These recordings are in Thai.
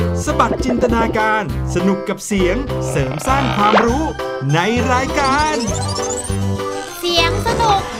สบัดจินตนาการสนุกกับเสียงเสริมสร้างความรู้ในรายการเสียงสนุก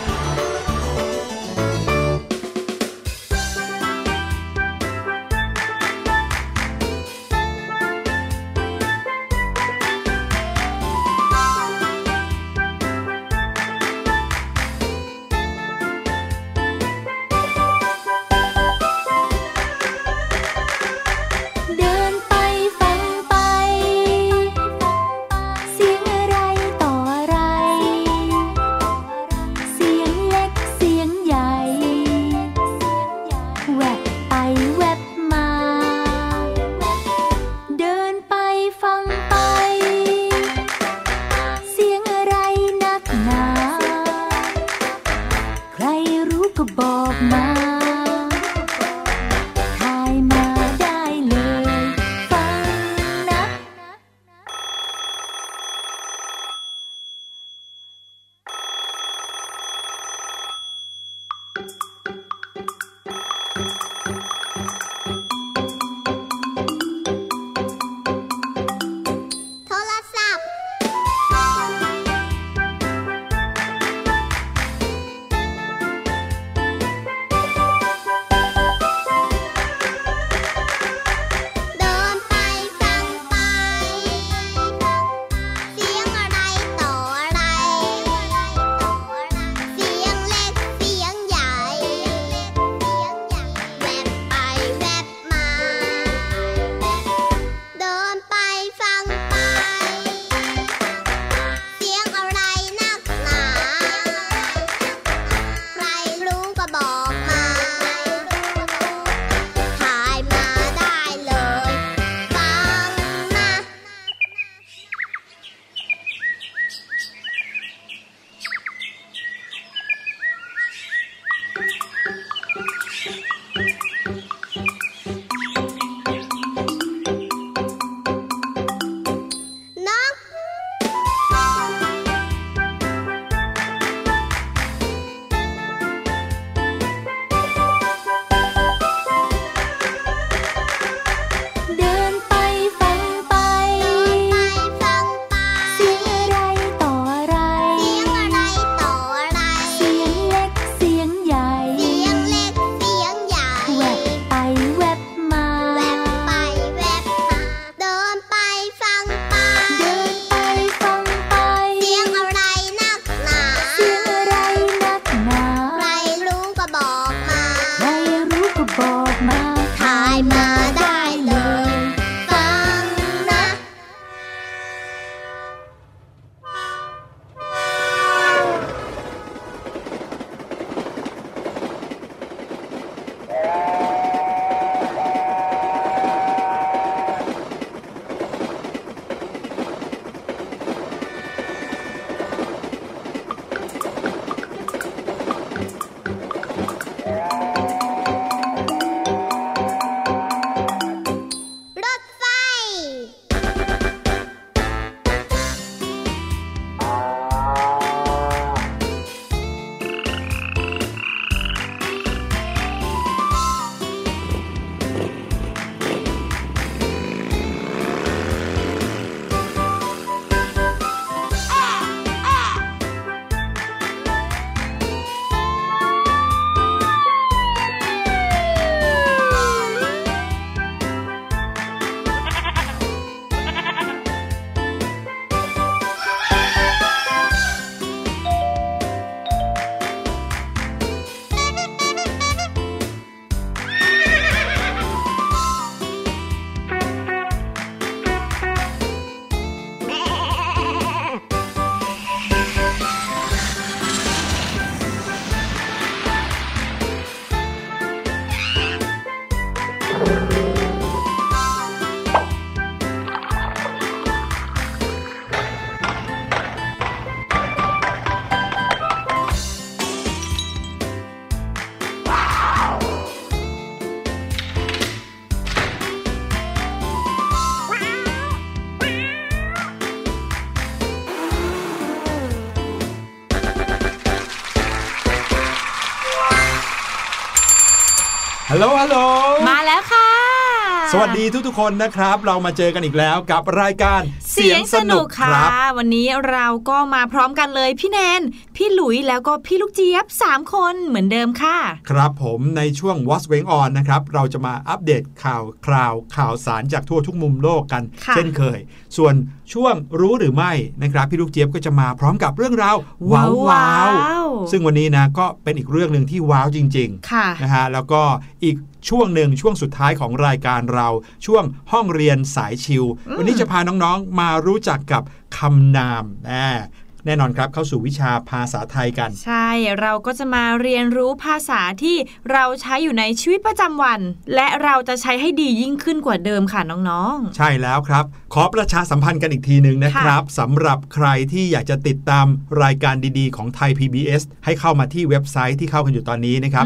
ฮัลโหลฮัลโหลมาแล้วค่ะสวัสดีทุกๆคนนะครับเรามาเจอกันอีกแล้วกับรายการเสียงสนุกค่ะวันนี้เราก็มาพร้อมกันเลยพี่แนนพี่หลุยแล้วก็พี่ลูกเจี๊ยบ3คนเหมือนเดิมค่ะครับผมในช่วง What's Going On นะครับเราจะมาอัปเดตข่าวสารจากทั่วทุกมุมโลกกันเช่นเคยส่วนช่วงรู้หรือไม่นะครับพี่ลูกเจี๊ยบก็จะมาพร้อมกับเรื่องราวว้าวซึ่งวันนี้นะก็เป็นอีกเรื่องนึงที่ว้าวจริงๆนะฮะแล้วก็อีกช่วงหนึ่งช่วงสุดท้ายของรายการเราช่วงห้องเรียนสายชิลวันนี้จะพาน้องๆมารู้จักกับคำนามแน่นอนครับเข้าสู่วิชาภาษาไทยกันใช่เราก็จะมาเรียนรู้ภาษาที่เราใช้อยู่ในชีวิตประจำวันและเราจะใช้ให้ดียิ่งขึ้นกว่าเดิมค่ะน้องๆใช่แล้วครับขอประชาสัมพันธ์กันอีกทีนึงนะครับสำหรับใครที่อยากจะติดตามรายการดีๆของไทย PBS ให้เข้ามาที่เว็บไซต์ที่เข้ากันอยู่ตอนนี้นะครับ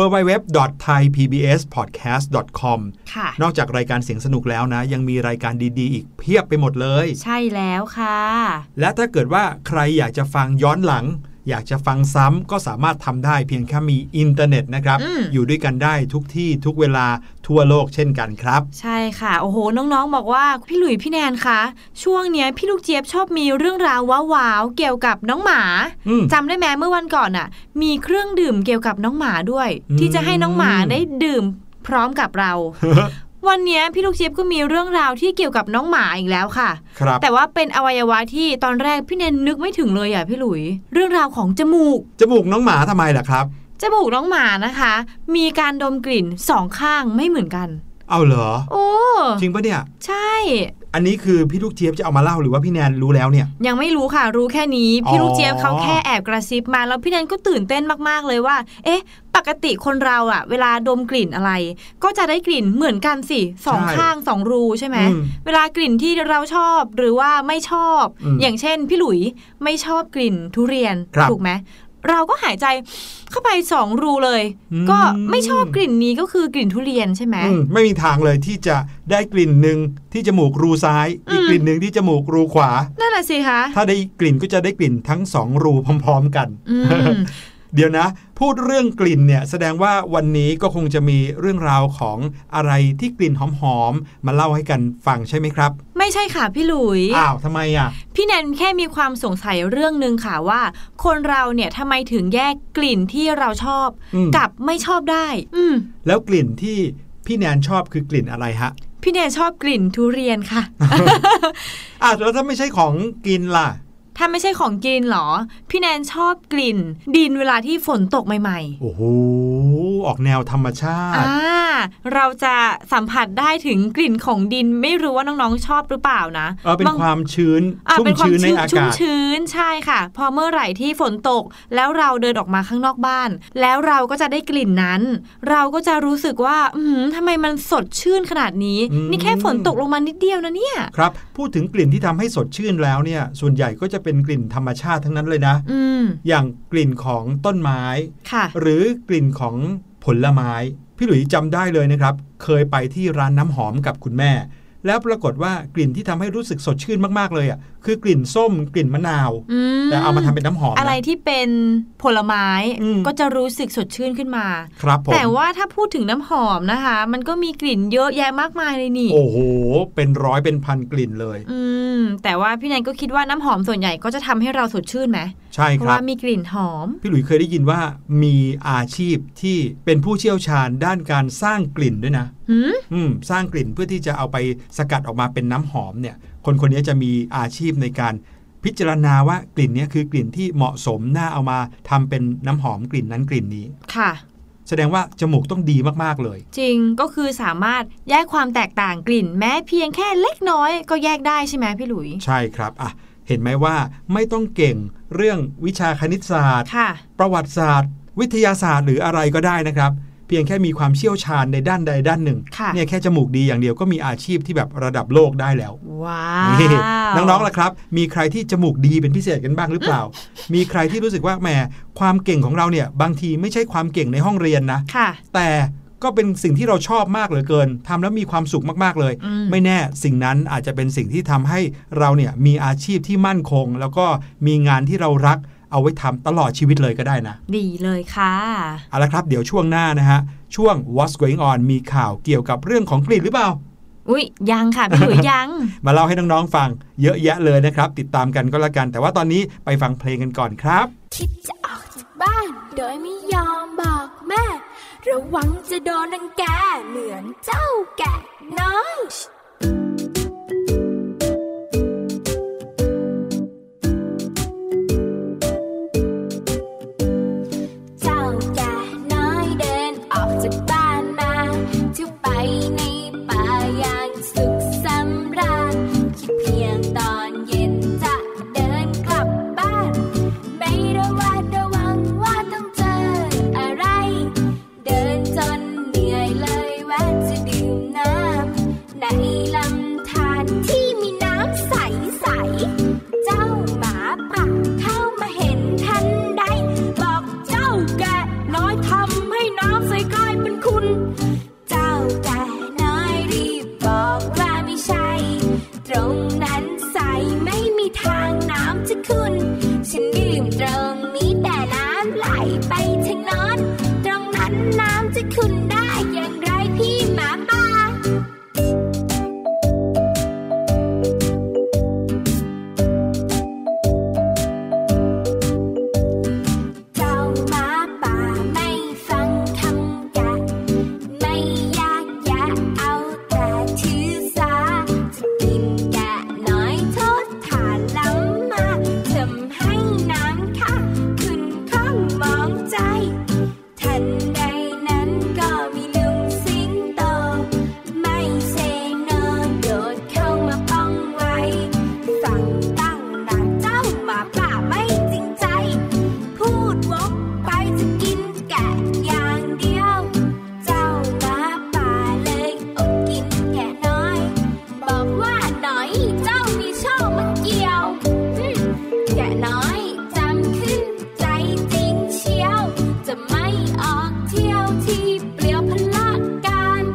www.thaipbspodcast.com นอกจากรายการเสียงสนุกแล้วนะยังมีรายการดีๆอีกเพียบไปหมดเลยใช่แล้วค่ะและถ้าเกิดว่าใครอยากจะฟังย้อนหลังอยากจะฟังซ้ำก็สามารถทำได้เพียงแค่มีอินเทอร์เน็ตนะครับอยู่ด้วยกันได้ทุกที่ทุกเวลาทั่วโลกเช่นกันครับใช่ค่ะโอ้โหน้องๆบอกว่าพี่หลุยพี่แนนคะช่วงเนี้ยพี่ลูกเจี๊ยบชอบมีเรื่องราวว้าวๆเกี่ยวกับน้องหมาจำได้ไหมเมื่อวันก่อนน่ะมีเครื่องดื่มเกี่ยวกับน้องหมาด้วยที่จะให้น้องหมาได้ดื่มพร้อมกับเรา วันนี้พี่ลูกเจี๊ยบก็มีเรื่องราวที่เกี่ยวกับน้องหมาอีกแล้วค่ะแต่ว่าเป็นอวัยวะที่ตอนแรกพี่แนนนึกไม่ถึงเลยอ่ะพี่หลุยเรื่องราวของจมูกน้องหมาทำไมล่ะครับจมูกน้องหมานะคะมีการดมกลิ่น2ข้างไม่เหมือนกันเอาเหรอโอ้จริงปะเนี่ยใช่อันนี้คือพี่ลูกเจี๊ยบจะเอามาเล่าหรือว่าพี่แนนรู้แล้วเนี่ยยังไม่รู้ค่ะรู้แค่นี้พี่ลูกเจี๊ยบเขาแค่แอบกระซิบมาแล้วพี่แนนก็ตื่นเต้นมากๆเลยว่าเอ๊ะปกติคนเราอะเวลาดมกลิ่นอะไรก็จะได้กลิ่นเหมือนกันสิ2ข้าง2รูใช่ไหมเวลากลิ่นที่เราชอบหรือว่าไม่ชอบอย่างเช่นพี่หลุยไม่ชอบกลิ่นทุเรียนถูกไหมเราก็หายใจเข้าไป2รูเลยก็ไม่ชอบกลิ่นนี้ก็คือกลิ่นทุเรียนใช่ไหมไม่มีทางเลยที่จะได้กลิ่นนึงที่จมูกรูซ้ายอีกกลิ่นนึงที่จมูกรูขวานั่นแหละสิคะถ้าได้กลิ่นก็จะได้กลิ่นทั้ง2รูพร้อมๆกันเดี๋ยวนะพูดเรื่องกลิ่นเนี่ยแสดงว่าวันนี้ก็คงจะมีเรื่องราวของอะไรที่กลิ่นหอมๆมาเล่าให้กันฟังใช่ไหมครับไม่ใช่ค่ะพี่หลุยอ้าวทำไมอ่ะพี่แนนแค่มีความสงสัยเรื่องนึงค่ะว่าคนเราเนี่ยทำไมถึงแยกกลิ่นที่เราชอบกับไม่ชอบได้แล้วกลิ่นที่พี่แนนชอบคือกลิ่นอะไรฮะพี่แนนชอบกลิ่นทุเรียนค่ะแล้วถ้าไม่ใช่ของกินล่ะถ้าไม่ใช่ของกินหรอพี่แนนชอบกลิ่นดินเวลาที่ฝนตกใหม่ๆโอ้โหออกแนวธรรมชาติเราจะสัมผัสได้ถึงกลิ่นของดินไม่รู้ว่าน้องๆชอบหรือเปล่านะเป็นความชื้นชุ่มชื้นในอากาศชุ่มชื้นใช่ค่ะพอเมื่อไหร่ที่ฝนตกแล้วเราเดินออกมาข้างนอกบ้านแล้วเราก็จะได้กลิ่นนั้นเราก็จะรู้สึกว่าทำไมมันสดชื่นขนาดนี้นี่แค่ฝนตกลงมานิดเดียวนะเนี่ยครับพูดถึงกลิ่นที่ทำให้สดชื่นแล้วเนี่ยส่วนใหญ่ก็จะเป็นกลิ่นธรรมชาติทั้งนั้นเลยนะอย่างกลิ่นของต้นไม้หรือกลิ่นของผลไม้พี่หลุยจำได้เลยนะครับเคยไปที่ร้านน้ำหอมกับคุณแม่แล้วปรากฏว่ากลิ่นที่ทำให้รู้สึกสดชื่นมากๆเลยอ่ะคือกลิ่นส้มกลิ่นมะนาวแต่เอามาทำเป็นน้ำหอมอะไรที่เป็นผลไม้ก็จะรู้สึกสดชื่นขึ้นมาครับผมแต่ว่าถ้าพูดถึงน้ำหอมนะคะมันก็มีกลิ่นเยอะแยะมากมายเลยนี่โอ้โหเป็นร้อยเป็นพันกลิ่นเลยแต่ว่าพี่แนนก็คิดว่าน้ำหอมส่วนใหญ่ก็จะทำให้เราสดชื่นไหมใช่ครับเพราะว่ามีกลิ่นหอมพี่หลุยเคยได้ยินว่ามีอาชีพที่เป็นผู้เชี่ยวชาญด้านการสร้างกลิ่นด้วยนะสร้างกลิ่นเพื่อที่จะเอาไปสกัดออกมาเป็นน้ำหอมเนี่ยคนนี้จะมีอาชีพในการพิจารณาว่ากลิ่นนี้คือกลิ่นที่เหมาะสมน่าเอามาทำเป็นน้ำหอมกลิ่นนั้นกลิ่นนี้ค่ะแสดงว่าจมูกต้องดีมากๆเลยจริงก็คือสามารถแยกความแตกต่างกลิ่นแม้เพียงแค่เล็กน้อยก็แยกได้ใช่ไหมพี่หลุยใช่ครับเห็นไหมว่าไม่ต้องเก่งเรื่องวิชาคณิตศาสตร์ประวัติศาสตร์วิทยาศาสตร์หรืออะไรก็ได้นะครับเพียงแค่มีความเชี่ยวชาญในด้านใดด้านหนึ่งเนี่ยแค่จมูกดีอย่างเดียวก็มีอาชีพที่แบบระดับโลกได้แล้วว้าวน้องๆล่ะครับมีใครที่จมูกดีเป็นพิเศษกันบ้างหรือเปล่า มีใครที่รู้สึกว่าแหมความเก่งของเราเนี่ยบางทีไม่ใช่ความเก่งในห้องเรียนนะแต่ก็เป็นสิ่งที่เราชอบมากเหลือเกินทำแล้วมีความสุขมากๆเลยไม่แน่สิ่งนั้นอาจจะเป็นสิ่งที่ทำให้เราเนี่ยมีอาชีพที่มั่นคงแล้วก็มีงานที่เรารักเอาไว้ทำตลอดชีวิตเลยก็ได้นะดีเลยค่ะเอาละครับเดี๋ยวช่วงหน้านะฮะช่วง What's Going On มีข่าวเกี่ยวกับเรื่องของกลิ่นหรือเปล่าอุ๊ยยังค่ะพี่หลุยยังมาเล่าให้น้องๆฟังเยอะแยะเลยนะครับติดตามกันก็แล้วกันแต่ว่าตอนนี้ไปฟังเพลงกันก่อนครับคิดจะออกจากบ้านโดยไม่ยอมบอกแม่ระวังจะโดนรังแกเหมือนเจ้าแกะน้อยเจ้าแกะน้อยเดินออกจากบ้านมาเที่ยวไปในป่าอย่างสุขสำราญคิดเพียงตอนเย็นจะเดินกลับบ้านไม่ระวังว่าต้องเจออะไรเดินจนเหนื่อยเลยแวะจะดื่มน้ำในลำธารที่มีน้ำใสๆเจ้าหมาป่าเข้ามาเห็นทันใดบอกเจ้าแกะน้อยทำให้น้ำใสกลายเป็นขุ่นเจ้าแกะน้อยรีบบอกว่าไม่ใช่ตรงนั้นใสไม่มีทางน้ำจะขุ่นฉันดื่มตรงนี้แต่น้ำไหลไปทางโน้นตรงนั้นน้ำจะขุ่นได้อย่างไรพี่หมาป่าเจ้าหมาป่าไม่ฟังคำแกะไม่อยากแยะเอาแต่ถือสาจะกินแกะน้อยโทษฐานล้ำมาทำให้น้ำค่ะขึ้นข้องมองใจทันใดนั้นก็มีลุงสิงโตไม่เซโนโดดเข้ามาป้องไว้สั่งตั้งนานเจ้าหมาป่าไม่จริงใจพูดวกไปจะกินแกะอย่างเดียวเจ้าหมาป่าเลยอดกินแกะน้อยบอกว่าหน่อยเจ้ามีโชคมาเกี่ยวแกะน้อยจำขึ้นใจจริงเชียวจะไม่ออกเที่ยวที่เปลี่ยวพละการ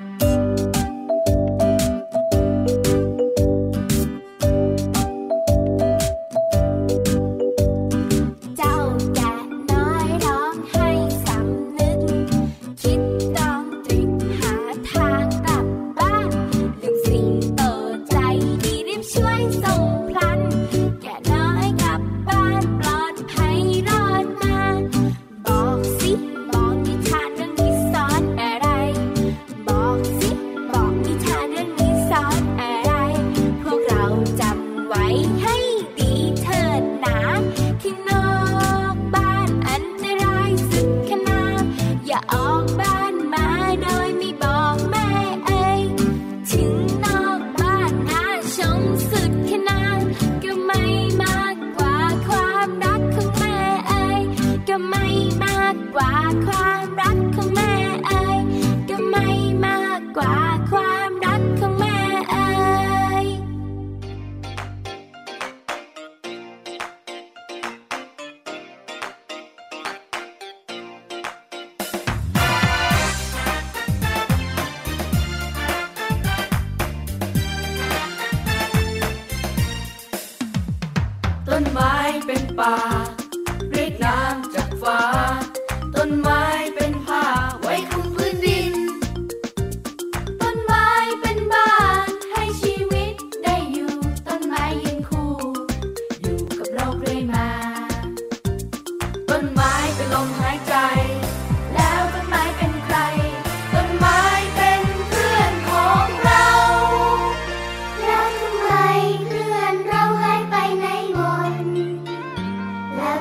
เจ้าแกะน้อยร้องให้สำนึกคิดต้องตรึกหาทางกลับบ้านลุงสิงโตใจดีรีบช่วยส่งพลันแกะน้อยกลับบ้านปลอดภัยรอดมาบอกสิบอกนิทานเรื่องนี้สอนอะไรบอกสิบอกนิทานเรื่องนี้สอนอะไรพวกเราจำไว้ให้ดีเถิดนะข้างนอกบ้านอันตรายสุดขนาดอย่าออกบ้านมาโดยไม่บอกแม่เอ่ยถึงนอกบ้านน่าชมสุดขนาดก็ไม่มากกว่าความรักของแม่เอ่ยก็ไม่มากกว่าความรักของแม่เอ่ยก็ไม่มากกว่าความรักของแม่เอ่ยต้นไม้เป็นป่าเรียกน้ำจากฟ้าต้นไม้เป็นผ้าไว้คลุมพื้นดินต้นไม้เป็นบ้านให้ชีวิตได้อยู่ต้นไม้ยืนคู่อยู่กับเราเรื่อยมาต้นไม้เป็นลมหายใจแล้วต้นไม้เป็นใครต้นไม้เป็นเพื่อนของเราแล้วทำไมเพื่อนเราหายไปไหนหมดแล้ว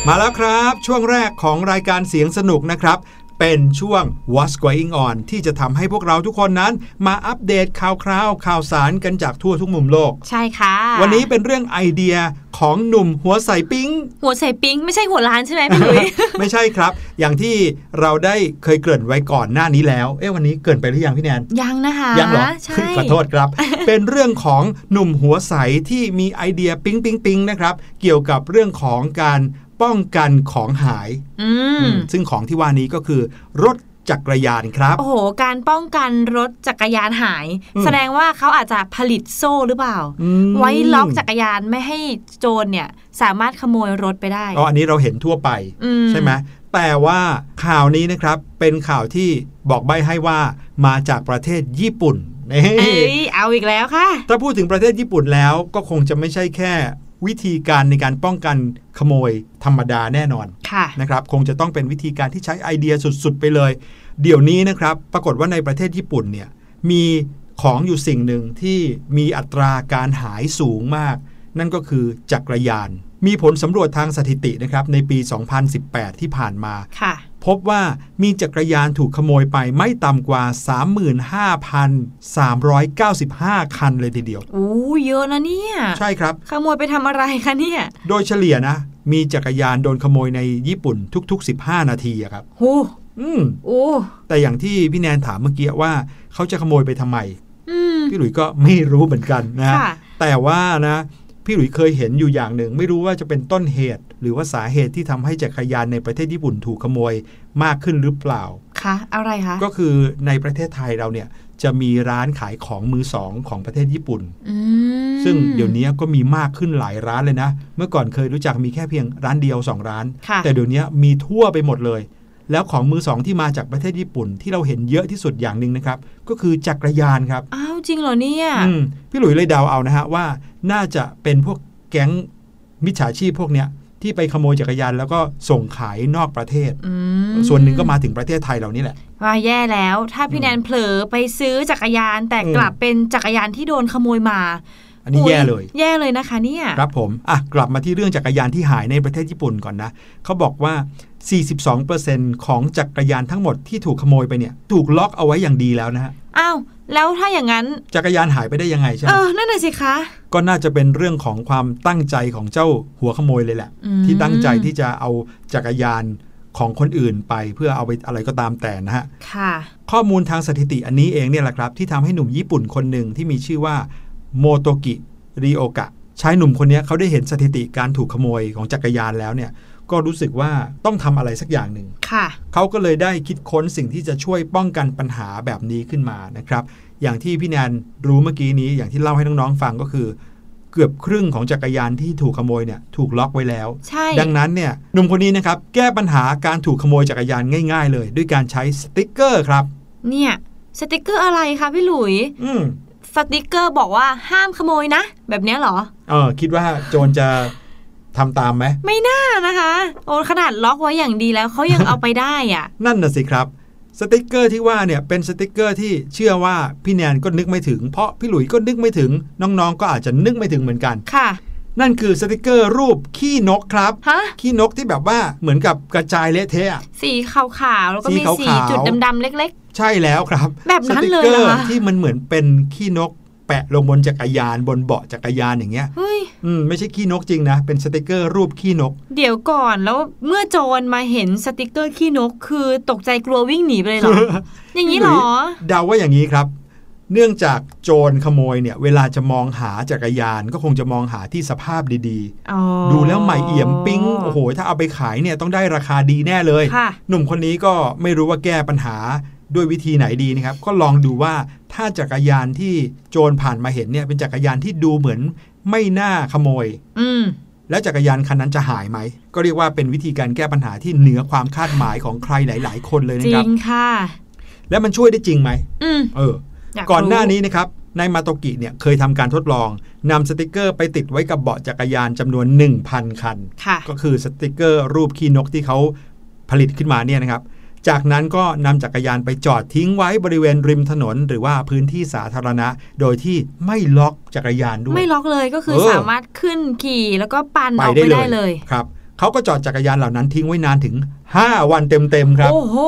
มาแล้วครับช่วงแรกของรายการเสียงสนุกนะครับเป็นช่วง What's Going On ที่จะทำให้พวกเราทุกคนนั้นมาอัปเดตข่าวคราวข่าวสารกันจากทั่วทุกมุมโลกใช่ค่ะวันนี้เป็นเรื่องไอเดียของหนุ่มหัวใสปิ๊งหัวใสปิ๊งไม่ใช่หัวล้านใช่ไหมพี่ลุยไม่ใช่ครับอย่างที่เราได้เคยเกริ่นไว้ก่อนหน้านี้แล้ววันนี้เกริ่นไปหรือยังพี่แนนยังนะคะยังเหรอใช่ขอโทษครับ เป็นเรื่องของหนุ่มหัวใสที่มีไอเดียปิ๊งปิ๊งปิ๊งนะครับเกี่ยวกับเรื่องของการป้องกันของหายซึ่งของที่ว่านี้ก็คือรถจักรยานครับโอ้โหการป้องกันรถจักรยานหายแสดงว่าเขาอาจจะผลิตโซ่หรือเปล่าไว้ล็อกจักรยานไม่ให้โจรเนี่ยสามารถขโมยรถไปได้อันนี้เราเห็นทั่วไปใช่ไหมแต่ว่าข่าวนี้นะครับเป็นข่าวที่บอกใบ้ให้ว่ามาจากประเทศญี่ปุ่นเอาอีกแล้วค่ะถ้าพูดถึงประเทศญี่ปุ่นแล้วก็คงจะไม่ใช่แค่วิธีการในการป้องกันขโมยธรรมดาแน่นอนนะครับคงจะต้องเป็นวิธีการที่ใช้ไอเดียสุดๆไปเลยเดี๋ยวนี้นะครับปรากฏว่าในประเทศญี่ปุ่นเนี่ยมีของอยู่สิ่งหนึ่งที่มีอัตราการหายสูงมากนั่นก็คือจักรยานมีผลสำรวจทางสถิตินะครับในปี 2018 ที่ผ่านมาพบว่ามีจักรยานถูกขโมยไปไม่ต่ำกว่า 35,395 คันเลยทีเดียวโอ้เยอะนะเนี่ยใช่ครับขโมยไปทำอะไรคะเนี่ยโดยเฉลี่ยนะมีจักรยานโดนขโมยในญี่ปุ่นทุกๆ15นาทีครับโอ้แต่อย่างที่พี่แนนถามเมื่อกี้ว่าเขาจะขโมยไปทำไมพี่หลุยก็ไม่รู้เหมือนกันนะแต่ว่านะพี่หลุยเคยเห็นอยู่อย่างหนึ่งไม่รู้ว่าจะเป็นต้นเหตุหรือว่าสาเหตุที่ทำให้จักรยานในประเทศญี่ปุ่นถูกขโมยมากขึ้นหรือเปล่าคะอะไรคะก็คือในประเทศไทยเราเนี่ยจะมีร้านขายของมือสองของประเทศญี่ปุ่นซึ่งเดี๋ยวนี้ก็มีมากขึ้นหลายร้านเลยนะเมื่อก่อนเคยรู้จักมีแค่เพียงร้านเดียว2ร้านแต่เดี๋ยวนี้มีทั่วไปหมดเลยแล้วของมือสองที่มาจากประเทศญี่ปุ่นที่เราเห็นเยอะที่สุดอย่างนึงนะครับก็คือจักรยานครับอ้าวจริงเหรอเนี่ยพี่หลุยเลยเดาเอานะฮะว่าน่าจะเป็นพวกแก๊งมิจฉาชีพพวกเนี้ยที่ไปขโมยจักรยานแล้วก็ส่งขายนอกประเทศส่วนหนึ่งก็มาถึงประเทศไทยเรานี่แหละว่าแย่แล้วถ้าพี่แนนเผลอไปซื้อจักรยานแต่กลับเป็นจักรยานที่โดนขโมยมาอันนี้แย่เลยนะคะเนี่ยครับผมกลับมาที่เรื่องจักรยานที่หายในประเทศญี่ปุ่นก่อนนะเขาบอกว่า 42% ของจักรยานทั้งหมดที่ถูกขโมยไปเนี่ยถูกล็อกเอาไว้อย่างดีแล้วนะฮะอ้าวแล้วถ้าอย่างนั้นจักรยานหายไปได้ยังไงใช่ไหมนั่นน่ะสิคะก็น่าจะเป็นเรื่องของความตั้งใจของเจ้าหัวขโมยเลยแหละที่ตั้งใจที่จะเอาจักรยานของคนอื่นไปเพื่อเอาไปอะไรก็ตามแต่นะฮะค่ะข้อมูลทางสถิติอันนี้เองเนี่ยแหละครับที่ทำให้หนุ่มญี่ปุ่นคนหนึ่งที่มีชื่อว่าโมโตกิริโอกะชายหนุ่มคนนี้เขาได้เห็นสถิติการถูกขโมยของจักรยานแล้วเนี่ยก็รู้สึกว่าต้องทำอะไรสักอย่างหนึ่งเขาก็เลยได้คิดค้นสิ่งที่จะช่วยป้องกันปัญหาแบบนี้ขึ้นมานะครับอย่างที่พี่แนนรู้เมื่อกี้นี้อย่างที่เล่าให้น้องๆฟังก็คือเกือบครึ่งของจักรยานที่ถูกขโมยเนี่ยถูกล็อกไว้แล้วดังนั้นเนี่ยหนุ่มคนนี้นะครับแก้ปัญหาการถูกขโมยจักรยานง่ายๆเลยด้วยการใช้สติ๊กเกอร์ครับเนี่ยสติ๊กเกอร์อะไรคะพี่หลุยสติ๊กเกอร์บอกว่าห้ามขโมยนะแบบนี้เหรอคิดว่าโจรจะทำตามไหมไม่น่านะคะขนาดล็อกไว้อย่างดีแล้วเขายังเอาไปได้อ่ะนั่นน่ะสิครับสติ๊กเกอร์ที่ว่าเนี่ยเป็นสติ๊กเกอร์ที่เชื่อว่าพี่แนนก็นึกไม่ถึงเพราะพี่หลุยก็นึกไม่ถึงน้องๆก็อาจจะนึกไม่ถึงเหมือนกันค่ะนั่นคือสติ๊กเกอร์รูปขี้นกครับขี้นกที่แบบว่าเหมือนกับกระจายเละเทะสีขาวๆแล้วก็มีสีจุดดำๆเล็กๆใช่แล้วครับแบบนั้นเลยสติ๊กเกอร์ที่มันเหมือนเป็นขี้นกแปะลงบนจักรยานบนเบาะจักรยานอย่างเงี้ยไม่ใช่ขี้นกจริงนะเป็นสติ๊กเกอร์รูปขี้นกเดี๋ยวก่อนแล้วเมื่อโจรมาเห็นสติ๊กเกอร์ขี้นกคือตกใจกลัววิ่งหนีไปเลยเหรอ อย่างนี้เหรอเดาว่าอย่างนี้ครับเนื่องจากโจรขโมยเนี่ยเวลาจะมองหาจักรยานก็คงจะมองหาที่สภาพดีๆดูแล้วใหม่เอี่ยมปิ๊งโอ้โหถ้าเอาไปขายเนี่ยต้องได้ราคาดีแน่เลยหนุ่มคนนี้ก็ไม่รู้ว่าแก้ปัญหาด้วยวิธีไหนดีนะครับก็ลองดูว่าถ้าจักรยานที่โจรผ่านมาเห็นเนี่ยเป็นจักรยานที่ดูเหมือนไม่น่าขโมยแล้วจักรยานคันนั้นจะหายไหมก็เรียกว่าเป็นวิธีการแก้ปัญหาที่เหนือความคาดหมายของใครหลายๆคนเลยนะครับจริงค่ะแล้วมันช่วยได้จริงไหมก่อนหน้านี้นะครับนายมาโตกิเนี่ยเคยทำการทดลองนำสติกเกอร์ไปติดไว้กับเบาะจักรยานจำนวน 1,000 คันก็คือสติกเกอร์รูปขี้นกที่เขาผลิตขึ้นมาเนี่ยนะครับจากนั้นก็นำจักรยานไปจอดทิ้งไว้บริเวณริมถนนหรือว่าพื้นที่สาธารณะโดยที่ไม่ล็อกจักรยานด้วยไม่ล็อกเลยก็คือสามารถขึ้นขี่แล้วก็ปั่นออกไปได้เลยครับเขาก็จอดจักรยานเหล่านั้นทิ้งไว้นานถึง5 วันเต็มๆครับโอ้โห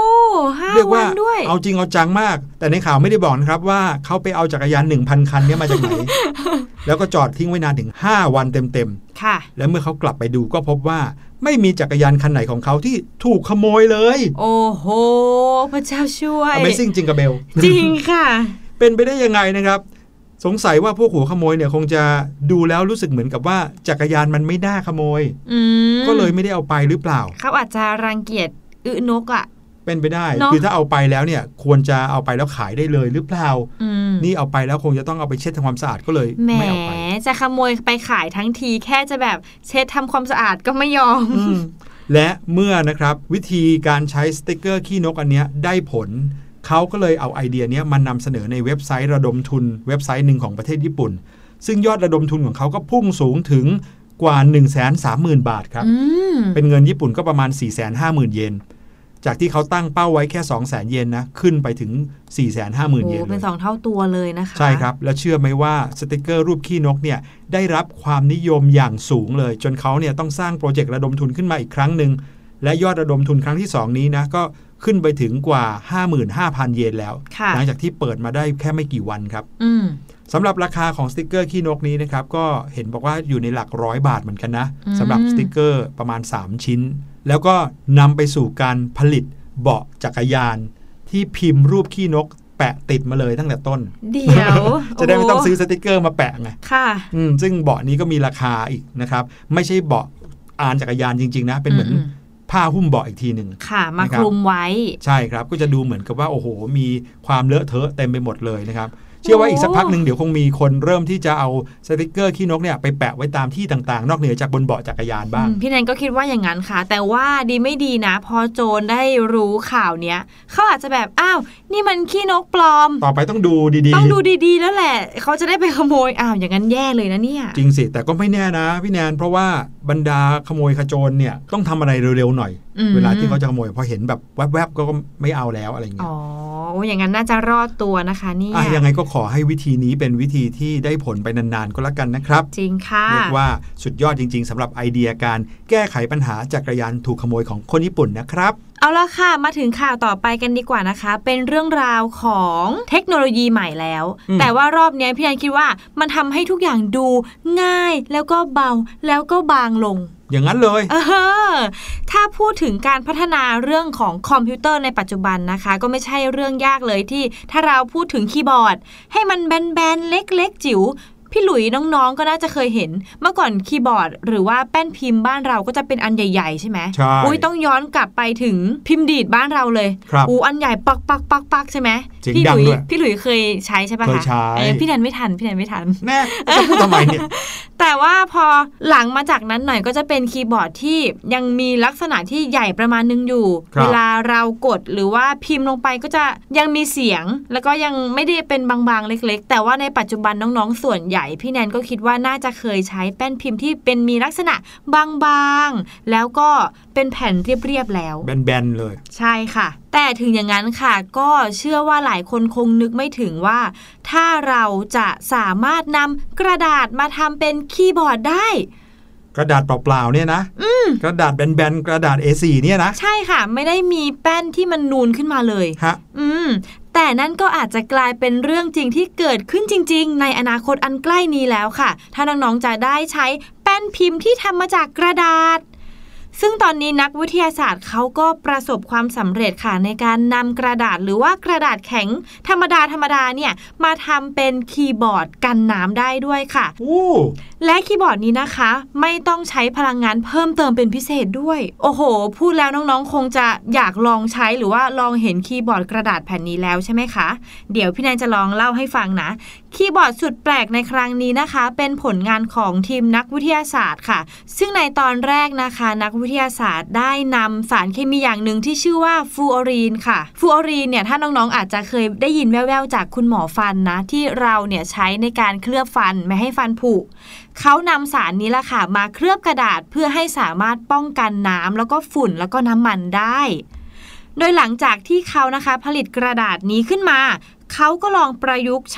5 เรียกว่าวันด้วยเอาจริงเอาจังมากแต่ในข่าวไม่ได้บอกนะครับว่าเขาไปเอาจักรยาน 1,000 คันนี้มาจากไหน แล้วก็จอดทิ้งไว้นานถึง5 วันเต็มๆค่ะแล้วเมื่อเขากลับไปดูก็พบว่าไม่มีจักรยานคันไหนของเขาที่ถูกขโมยเลยโอ้โหพระเจ้าช่วย Amazing จริงกับเบลจริงค่ะเป็นไปได้ยังไงนะครับสงสัยว่าพวกหัวขโมยเนี่ยคงจะดูแล้วรู้สึกเหมือนกับว่าจักรยานมันไม่น่าขโมยก็เลยไม่ได้เอาไปหรือเปล่าเขาอาจจะรังเกียจนกอ่ะเป็นไปได้คือถ้าเอาไปแล้วเนี่ยควรจะเอาไปแล้วขายได้เลยหรือเปล่านี่เอาไปแล้วคงจะต้องเอาไปเช็ดทำความสะอาดก็เลยไม่เอาไปจะขโมยไปขายทั้งทีแค่จะแบบเช็ดทำความสะอาดก็ไม่ยอมและเมื่อนะครับวิธีการใช้สติ๊กเกอร์ขี้นกอันเนี้ยได้ผลเขาก็เลยเอาไอเดียนี้มานำเสนอในเว็บไซต์ระดมทุนเว็บไซต์หนึ่งของประเทศญี่ปุ่นซึ่งยอดระดมทุนของเขาก็พุ่งสูงถึงกว่า 130,000 บาทครับเป็นเงินญี่ปุ่นก็ประมาณ 450,000 เยนจากที่เขาตั้งเป้าไว้แค่ 200,000 เยนนะขึ้นไปถึง 450,000 เยนเป็น2 เท่าตัวเลยนะคะใช่ครับแล้วเชื่อไหมว่าสติ๊กเกอร์รูปขี้นกเนี่ยได้รับความนิยมอย่างสูงเลยจนเขาเนี่ยต้องสร้างโปรเจกต์ระดมทุนขึ้นมาอีกครั้งนึงและยอดระดมทุนครั้งที่2นี้นะก็ขึ้นไปถึงกว่า 55,000 เยนแล้วหลังจากที่เปิดมาได้แค่ไม่กี่วันครับสำหรับราคาของสติ๊กเกอร์ขี้นกนี้นะครับก็เห็นบอกว่าอยู่ในหลัก100 บาทเหมือนกันนะสำหรับสติ๊กเกอร์ประมาณ3 ชิ้นแล้วก็นำไปสู่การผลิตเบาะจักรยานที่พิมพ์รูปขี้นกแปะติดมาเลยตั้งแต่ต้นเดี๋ยวจะได้ไม่ต้องซื้อสติ๊กเกอร์มาแปะไงค่ะซึ่งเบาะนี้ก็มีราคาอีกนะครับไม่ใช่เบาะอ่านจักรยานจริงๆนะเป็นเหมือนผ้าหุ้มเบาะอีกทีหนึ่งค่ะมาคลุมไว้ใช่ครับก็จะดูเหมือนกับว่าโอ้โหมีความเลอะเทอะเต็มไปหมดเลยนะครับเชื่อว่าอีกสักพักหนึ่งเดี๋ยวคงมีคนเริ่มที่จะเอาสติ๊กเกอร์ขี้นกเนี่ยไปแปะไว้ตามที่ต่างๆนอกเหนือจากบนเบาะจักรยานบ้างพี่แนนก็คิดว่าอย่างนั้นค่ะแต่ว่าดีไม่ดีนะพอโจรได้รู้ข่าวเนี้ยเขาอาจจะแบบอ้าวนี่มันขี้นกปลอมต่อไปต้องดูดีๆต้องดูดีๆแล้วแหละเขาจะได้ไปขโมยอ้าวอย่างนั้นแย่เลยนะเนี่ยจริงสิแต่ก็ไม่แน่นะพี่แนนเพราะว่าบรรดาขโมยขโจรเนี่ยต้องทำอะไรเร็วๆหน่อยเวลาที่เขาจะขโมยพอเห็นแบบแวบๆก็ไม่เอาแล้วอะไรอย่างเงี้ยอย่างนั้นน่าจะรอดตัวนะคะนี่ยังไงก็ขอให้วิธีนี้เป็นวิธีที่ได้ผลไปนานๆก็แล้วกันนะครับจริงค่ะเรียกว่าสุดยอดจริงๆสำหรับไอเดียการแก้ไขปัญหาจักรยานถูกขโมยของคนญี่ปุ่นนะครับเอาละค่ะมาถึงข่าวต่อไปกันดีกว่านะคะเป็นเรื่องราวของเทคโนโลยีใหม่แล้วแต่ว่ารอบนี้พี่แอนคิดว่ามันทำให้ทุกอย่างดูง่ายแล้วก็เบาแล้วก็บางลงอย่างนั้นเลยถ้าพูดถึงการพัฒนาเรื่องของคอมพิวเตอร์ในปัจจุบันนะคะก็ไม่ใช่เรื่องยากเลยที่ถ้าเราพูดถึงคีย์บอร์ดให้มันแบนๆเล็กๆจิ๋วพี่หลุยน้องๆก็น่าจะเคยเห็นเมื่อก่อนคีย์บอร์ดหรือว่าแป้นพิมพ์บ้านเราก็จะเป็นอันใหญ่ๆใช่ไหมใช่ต้องย้อนกลับไปถึงพิมพ์ดีดบ้านเราเลยอันใหญ่ปักใช่ไหมพี่หลุยเคยใช้ใช่ปะคะพี่แนนไม่ทันแน่จะพูดทำไมเนี่ยแต่ว่าพอหลังมาจากนั้นหน่อยก็จะเป็นคีย์บอร์ดที่ยังมีลักษณะที่ใหญ่ประมาณนึงอยู่เวลาเรากดหรือว่าพิมพ์ลงไปก็จะยังมีเสียงแล้วก็ยังไม่ได้เป็นบางๆเล็กๆแต่ว่าในปัจจุบันน้องๆส่วนใหญ่พี่แนนก็คิดว่าน่าจะเคยใช้แป้นพิมพ์ที่เป็นมีลักษณะบางๆแล้วก็เป็นแผ่นเรียบๆแล้วแบนๆเลยใช่ค่ะแต่ถึงอย่างนั้นค่ะก็เชื่อว่าหลายคนคงนึกไม่ถึงว่าถ้าเราจะสามารถนำกระดาษมาทำเป็นคีย์บอร์ดได้กระดาษเปล่าๆเนี่ยนะกระดาษแบนๆกระดาษ A4 เนี่ยนะใช่ค่ะไม่ได้มีแป้นที่มันนูนขึ้นมาเลยฮะแต่นั่นก็อาจจะกลายเป็นเรื่องจริงที่เกิดขึ้นจริงๆในอนาคตอันใกล้นี้แล้วค่ะถ้าน้องๆจะได้ใช้แป้นพิมพ์ที่ทำมาจากกระดาษซึ่งตอนนี้นักวิทยาศาสตร์เขาก็ประสบความสำเร็จค่ะในการนำกระดาษหรือว่ากระดาษแข็งธรรมดาเนี่ยมาทำเป็นคีย์บอร์ดกันน้ำได้ด้วยค่ะและคีย์บอร์ดนี้นะคะไม่ต้องใช้พลังงานเพิ่มเติมเป็นพิเศษด้วยโอ้โหพูดแล้วน้องๆคงจะอยากลองใช้หรือว่าลองเห็นคีย์บอร์ดกระดาษแผ่นนี้แล้วใช่ไหมคะเดี๋ยวพี่แนนจะลองเล่าให้ฟังนะคีย์บอร์ดสุดแปลกในครั้งนี้นะคะเป็นผลงานของทีมนักวิทยาศาสตร์ค่ะซึ่งในตอนแรกนะคะนักวิทยาศาสตร์ได้นำสารเคมีอย่างหนึ่งที่ชื่อว่าฟลูออรีนค่ะฟลูออรีนเนี่ยถ้าน้องๆอาจจะเคยได้ยินแว่วๆจากคุณหมอฟันนะที่เราเนี่ยใช้ในการเคลือบฟันไม่ให้ฟันผุเขานำสารนี้ละค่ะมาเคลือบกระดาษเพื่อให้สามารถป้องกันน้ำแล้วก็ฝุ่นแล้วก็น้ำมันได้โดยหลังจากที่เขานะคะผลิตกระดาษนี้ขึ้นมาเขาก็ลองประยุกต์ใช้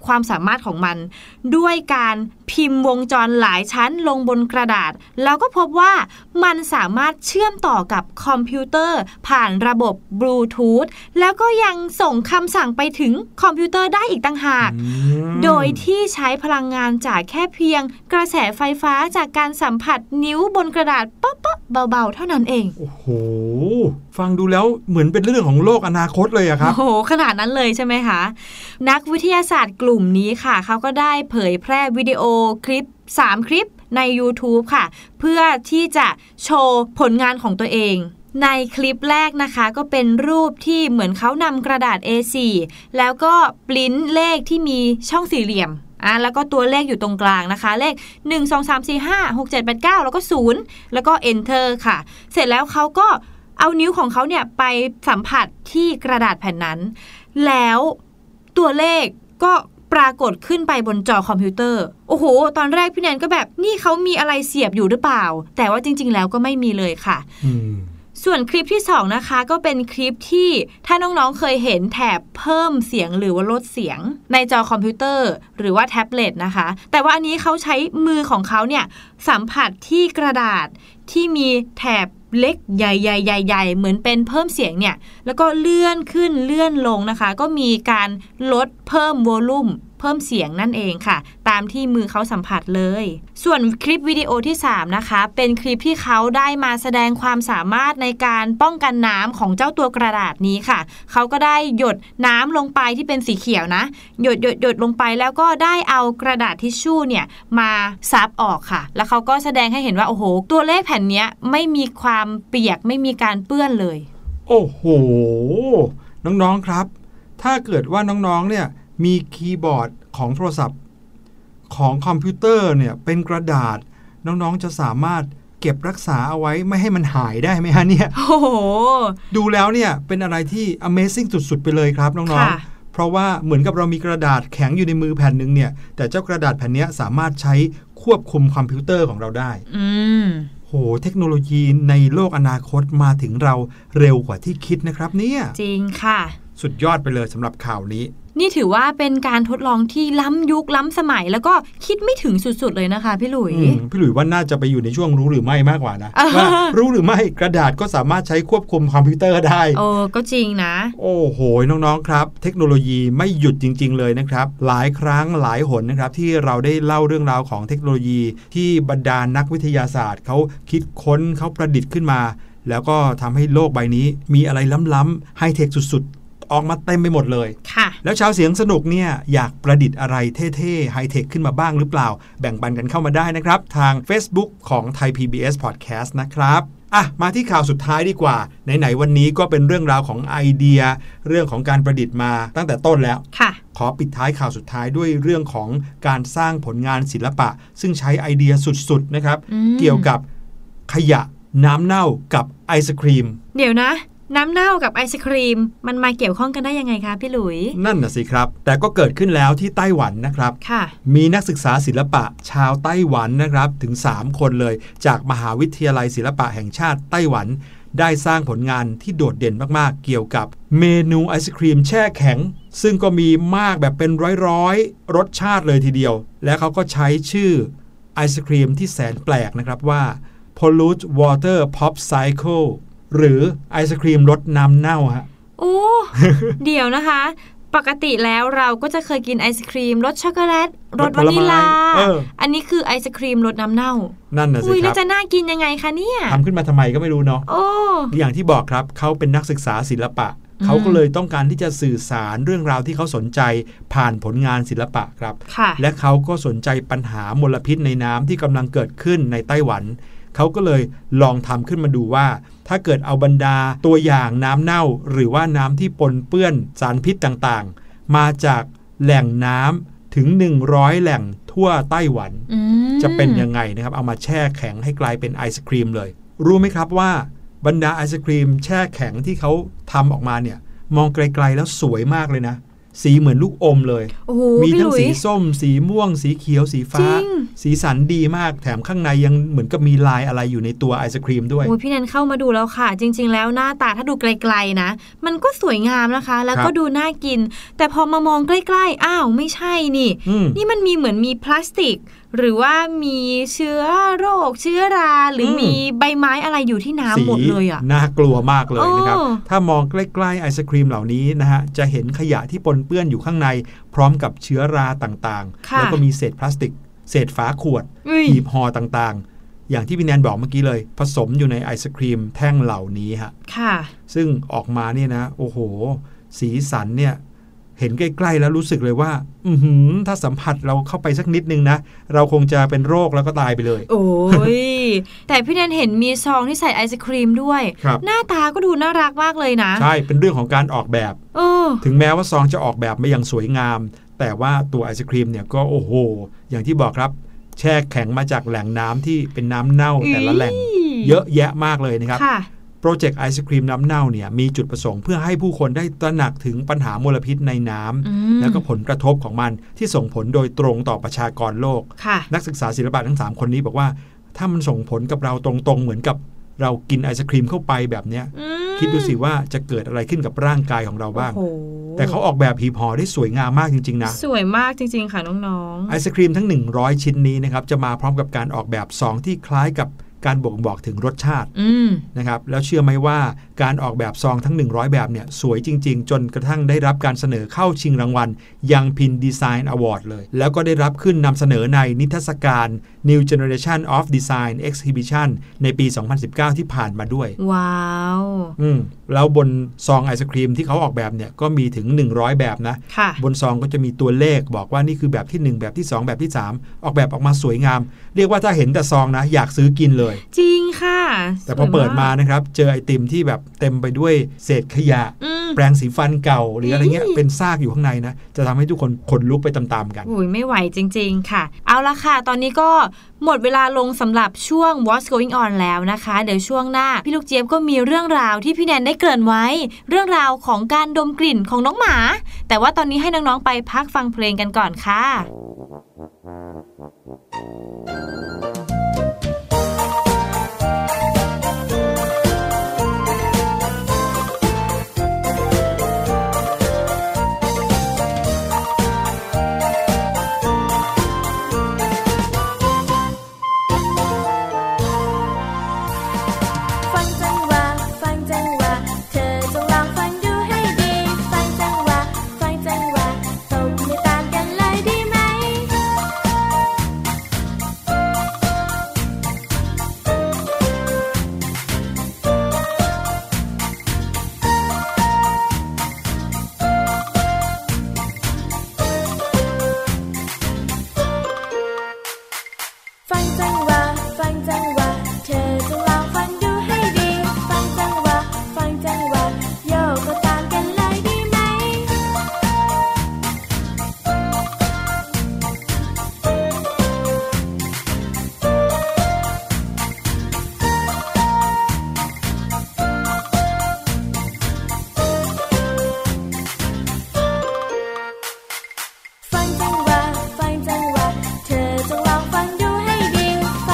ความสามารถของมันด้วยการพิมพ์วงจรหลายชั้นลงบนกระดาษแล้วก็พบว่ามันสามารถเชื่อมต่อกับคอมพิวเตอร์ผ่านระบบบลูทูธแล้วก็ยังส่งคำสั่งไปถึงคอมพิวเตอร์ได้อีกต่างหากโดยที่ใช้พลังงานจากแค่เพียงกระแสไฟฟ้าจากการสัมผัสนิ้วบนกระดาษป๊ะๆเบาๆเท่านั้นเองโอ้โหฟังดูแล้วเหมือนเป็นเรื่องของโลกอนาคตเลยอะครับโอ้โหขนาดนั้นเลยใช่ไหมคะนักวิทยาศาสตร์กลุ่มนี้ค่ะเขาก็ได้เผยแพร่วิดีโอคลิป3คลิปใน YouTube ค่ะเพื่อที่จะโชว์ผลงานของตัวเองในคลิปแรกนะคะก็เป็นรูปที่เหมือนเขานำกระดาษ A4 แล้วก็ปริ้นเลขที่มีช่องสี่เหลี่ยมแล้วก็ตัวเลขอยู่ตรงกลางนะคะเลข1 2 3 4 5 6 7 8 9แล้วก็0แล้วก็ Enter ค่ะเสร็จแล้วเขาก็เอานิ้วของเขาเนี่ยไปสัมผัสที่กระดาษแผ่นนั้นแล้วตัวเลขก็ปรากฏขึ้นไปบนจอคอมพิวเตอร์โอ้โหตอนแรกพี่แนนก็แบบนี่เขามีอะไรเสียบอยู่หรือเปล่าแต่ว่าจริงๆแล้วก็ไม่มีเลยค่ะส่วนคลิปที่2นะคะก็เป็นคลิปที่ถ้าน้องๆเคยเห็นแถบเพิ่มเสียงหรือว่าลดเสียงในจอคอมพิวเตอร์หรือว่าแท็บเล็ตนะคะแต่ว่าอันนี้เขาใช้มือของเขาเนี่ยสัมผัสที่กระดาษที่มีแถบเล็กใหญ่ๆๆๆเหมือนเป็นเพิ่มเสียงเนี่ยแล้วก็เลื่อนขึ้นเลื่อนลงนะคะก็มีการลดเพิ่มโวลูมเพิ่มเสียงนั่นเองค่ะตามที่มือเขาสัมผัสเลยส่วนคลิปวิดีโอที่3นะคะเป็นคลิปที่เขาได้มาแสดงความสามารถในการป้องกันน้ำของเจ้าตัวกระดาษนี้ค่ะเขาก็ได้หยดน้ำลงไปที่เป็นสีเขียวนะหยดลงไปแล้วก็ได้เอากระดาษทิชชู่เนี่ยมาซับออกค่ะแล้วเขาก็แสดงให้เห็นว่าโอ้โหตัวเลขแผ่นนี้ไม่มีความเปียกไม่มีการเปื้อนเลยโอ้โหน้องๆครับถ้าเกิดว่าน้องๆเนี่ยมีคีย์บอร์ดของโทรศัพท์ของคอมพิวเตอร์เนี่ยเป็นกระดาษน้องๆจะสามารถเก็บรักษาเอาไว้ไม่ให้มันหายได้ไหมฮะเนี่ยโอ้โหดูแล้วเนี่ยเป็นอะไรที่ Amazing สุดๆไปเลยครับน้องๆเพราะว่าเหมือนกับเรามีกระดาษแข็งอยู่ในมือแผ่นนึงเนี่ยแต่เจ้ากระดาษแผ่นนี้สามารถใช้ควบคุมคอมพิวเตอร์ของเราได้โหเทคโนโลยีในโลกอนาคตมาถึงเราเร็วกว่าที่คิดนะครับเนี่ยจริงค่ะสุดยอดไปเลยสำหรับข่าวนี้นี่ถือว่าเป็นการทดลองที่ล้ำยุคล้ำสมัยแล้วก็คิดไม่ถึงสุดๆเลยนะคะพี่หลุยว่าน่าจะไปอยู่ในช่วงรู้หรือไม่มากกว่านะว่ารู้หรือไม่กระดาษก็สามารถใช้ควบคุมคอมพิวเตอร์ได้ก็จริงนะโอ้โหน้องๆครับเทคโนโลยีไม่หยุดจริงๆเลยนะครับหลายครั้งหลายหนนะครับที่เราได้เล่าเรื่องราวของเทคโนโลยีที่บรรดานักวิทยาศาสตร์เขาคิดค้นเขาประดิษฐ์ขึ้นมาแล้วก็ทำให้โลกใบนี้มีอะไรล้ำๆไฮเทคสุดๆออกมาเต็มไปหมดเลยค่ะแล้วชาวเสียงสนุกเนี่ยอยากประดิษฐ์อะไรเท่ๆไฮเทคขึ้นมาบ้างหรือเปล่าแบ่งปันกันเข้ามาได้นะครับทาง Facebook ของ Thai PBS Podcast นะครับมาที่ข่าวสุดท้ายดีกว่าไหนๆวันนี้ก็เป็นเรื่องราวของไอเดียเรื่องของการประดิษฐ์มาตั้งแต่ต้นแล้วค่ะขอปิดท้ายข่าวสุดท้ายด้วยเรื่องของการสร้างผลงานศิลปะซึ่งใช้ไอเดียสุดๆนะครับเกี่ยวกับขยะน้ำเน่ากับไอศกรีมเดี๋ยวนะน้ำเน่ากับไอศครีมมันมาเกี่ยวข้องกันได้ยังไงคะพี่หลุยนั่นน่ะสิครับแต่ก็เกิดขึ้นแล้วที่ไต้หวันนะครับค่ะมีนักศึกษาศิลปะชาวไต้หวันนะครับถึง3คนเลยจากมหาวิทยาลัยศิลปะแห่งชาติไต้หวันได้สร้างผลงานที่โดดเด่นมากๆเกี่ยวกับเมนูไอศครีมแช่แข็งซึ่งก็มีมากแบบเป็นร้อยๆรสชาติเลยทีเดียวและเขาก็ใช้ชื่อไอศครีมที่แสนแปลกนะครับว่า Pollute Water Popsicleหรือไอศครีมรสน้ำเน่าฮะโอ้ เดี๋ยวนะคะปกติแล้วเราก็จะเคยกินไอศครีมรสช็อกโกแลตรสวานิลาอันนี้คือไอศครีมรสน้ำเน่านั่นน่ะสิครับแล้วจะน่ากินยังไงคะเนี่ยทำขึ้นมาทำไมก็ไม่รู้เนาะอย่างที่บอกครับเขาเป็นนักศึกษาศิลปะเขาก็เลยต้องการที่จะสื่อสารเรื่องราวที่เขาสนใจผ่านผลงานศิลปะครับและเขาก็สนใจปัญหามลพิษในน้ำที่กำลังเกิดขึ้นในไต้หวันเขาก็เลยลองทำขึ้นมาดูว่าถ้าเกิดเอาบรรดาตัวอย่างน้ำเน่าหรือว่าน้ำที่ปนเปื้อนสารพิษต่างๆมาจากแหล่งน้ำถึง100แหล่งทั่วไต้หวันจะเป็นยังไงนะครับเอามาแช่แข็งให้กลายเป็นไอศครีมเลยรู้ไหมครับว่าบรรดาไอศครีมแช่แข็งที่เขาทำออกมาเนี่ยมองไกลๆแล้วสวยมากเลยนะสีเหมือนลูกอมเลยมีทั้งสีส้มสีม่วงสีเขียวสีฟ้าสีสันดีมากแถมข้างในยังเหมือนกับมีลายอะไรอยู่ในตัวไอศกรีมด้วยพี่แนนเข้ามาดูแล้วค่ะจริงๆแล้วหน้าตาถ้าดูไกลๆนะมันก็สวยงามนะคะแล้วก็ดูน่ากินแต่พอมามองใกล้ๆอ้าวไม่ใช่นี่มันมีเหมือนมีพลาสติกหรือว่ามีเชื้อโรคเชื้อราหรือมีใบไม้อะไรอยู่ที่น้ำหมดเลยอ่ะน่ากลัวมากเลยนะครับถ้ามองใกล้ๆไอศกรีมเหล่านี้นะฮะจะเห็นขยะที่ปนเปื้อนอยู่ข้างในพร้อมกับเชื้อราต่างๆแล้วก็มีเศษพลาสติกเศษฝาขวดหีบห่อต่างๆอย่างที่พี่แนนบอกเมื่อกี้เลยผสมอยู่ในไอศกรีมแท่งเหล่านี้ฮะซึ่งออกมาเนี่ยนะโอ้โหสีสันเนี่ยเห็นใกล้ๆแล้วรู้สึกเลยว่าถ้าสัมผัสเราเข้าไปสักนิดนึงนะเราคงจะเป็นโรคแล้วก็ตายไปเลยโอ้ย แต่พี่แนนเห็นมีซองที่ใส่ไอศครีมด้วยหน้าตาก็ดูน่ารักมากเลยนะใช่เป็นเรื่องของการออกแบบถึงแม้ว่าซองจะออกแบบมาอย่างสวยงามแต่ว่าตัวไอศครีมเนี่ยก็โอ้โหอย่างที่บอกครับแช่แข็งมาจากแหล่งน้ำที่เป็นน้ำเน่าแต่ละแหล่งเยอะแยะมากเลยนะครับโปรเจกต์ไอศครีมน้ำเน่าเนี่ยมีจุดประสงค์เพื่อให้ผู้คนได้ตระหนักถึงปัญหามลพิษในน้ำแล้วก็ผลกระทบของมันที่ส่งผลโดยตรงต่อประชากรโลกนักศึกษาศิลปะทั้ง3คนนี้บอกว่าถ้ามันส่งผลกับเราตรงๆเหมือนกับเรากินไอศครีมเข้าไปแบบเนี้ยคิดดูสิว่าจะเกิดอะไรขึ้นกับร่างกายของเราบ้างแต่เขาออกแบบหีบห่อได้สวยงามมากจริงๆนะสวยมากจริงๆค่ะน้องๆไอศครีมทั้ง100ชิ้นนี้นะครับจะมาพร้อมกับการออกแบบซองที่คล้ายกับการบ่งบอกถึงรสชาตินะครับแล้วเชื่อไหมว่าการออกแบบซองทั้ง100แบบเนี่ยสวยจริงๆจนกระทั่งได้รับการเสนอเข้าชิงรางวัลยังพินดีไซน์อวอร์ดเลยแล้วก็ได้รับขึ้นนำเสนอในนิทรรศการ New Generation of Design Exhibition ในปี 2019 ที่ผ่านมาด้วยว้าวแล้วบนซองไอศครีมที่เขาออกแบบเนี่ยก็มีถึง100แบบนะบนซองก็จะมีตัวเลขบอกว่านี่คือแบบที่1แบบที่2แบบที่3ออกแบบออกมาสวยงามเรียกว่าถ้าเห็นแต่ซองนะอยากซื้อกินเลยจริงค่ะแต่พอเปิดมานะครับเจอไอติมที่แบบเต็มไปด้วยเศษขยะแปรงสีฟันเก่าหรืออะไรเงี้ยเป็นซากอยู่ข้างในนะจะทำให้ทุกคนขนลุกไปตามๆกันอุ้ยไม่ไหวจริงๆค่ะเอาละค่ะตอนนี้ก็หมดเวลาลงสำหรับช่วง What's Going On แล้วนะคะเดี๋ยวช่วงหน้าพี่ลูกเจี๊ยบก็มีเรื่องราวที่พี่แนนได้เกริ่นไว้เรื่องราวของการดมกลิ่นของน้องหมาแต่ว่าตอนนี้ให้น้องๆไปพักฟังเพลงกันก่อนค่ะฟ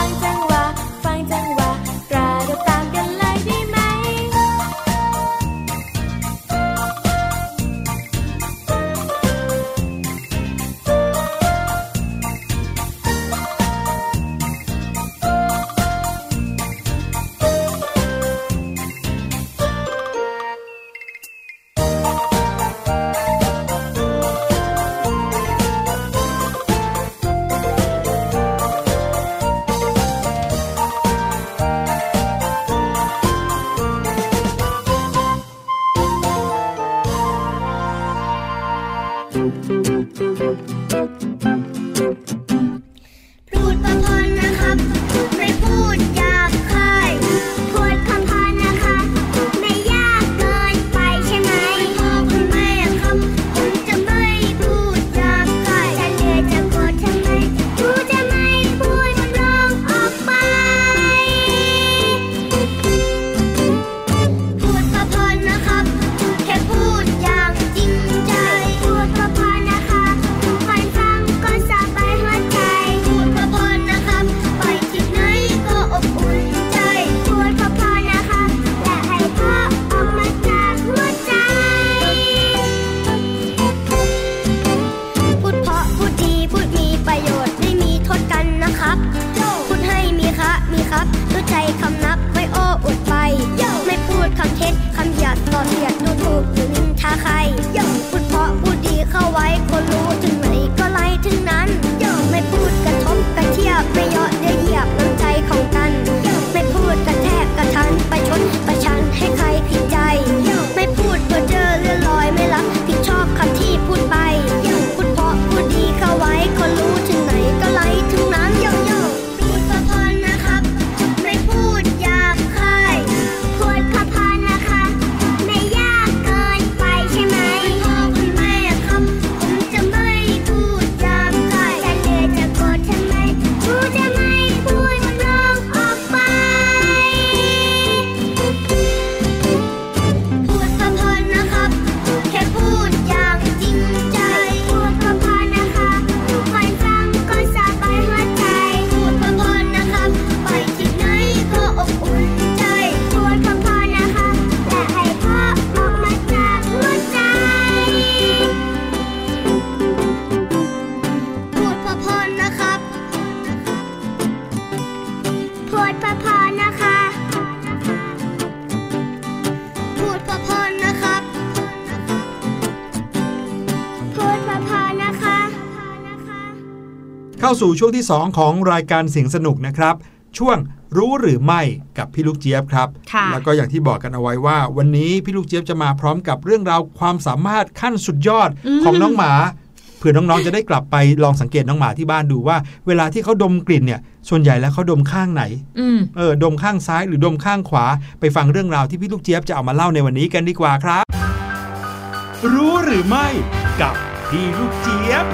าสู่ช่วงที่2ของรายการเสียงสนุกนะครับช่วงรู้หรือไม่กับพี่ลูกเจี๊ยบครับแล้วก็อย่างที่บอกกันเอาไว้ว่าวันนี้พี่ลูกเจี๊ยบจะมาพร้อมกับเรื่องราวความสามารถขั้นสุดยอดของน้องหมาเผื่อน้องๆจะได้กลับไปลองสังเกตน้องหมาที่บ้านดูว่าเวลาที่เขาดมกลิ่นเนี่ยส่วนใหญ่แล้วเขาดมข้างไหนดมข้างซ้ายหรือดมข้างขวาไปฟังเรื่องราวที่พี่ลูกเจี๊ยบจะเอามาเล่าในวันนี้กันดีกว่าครับรู้หรือไม่กับพี่ลูกเจี๊ยบ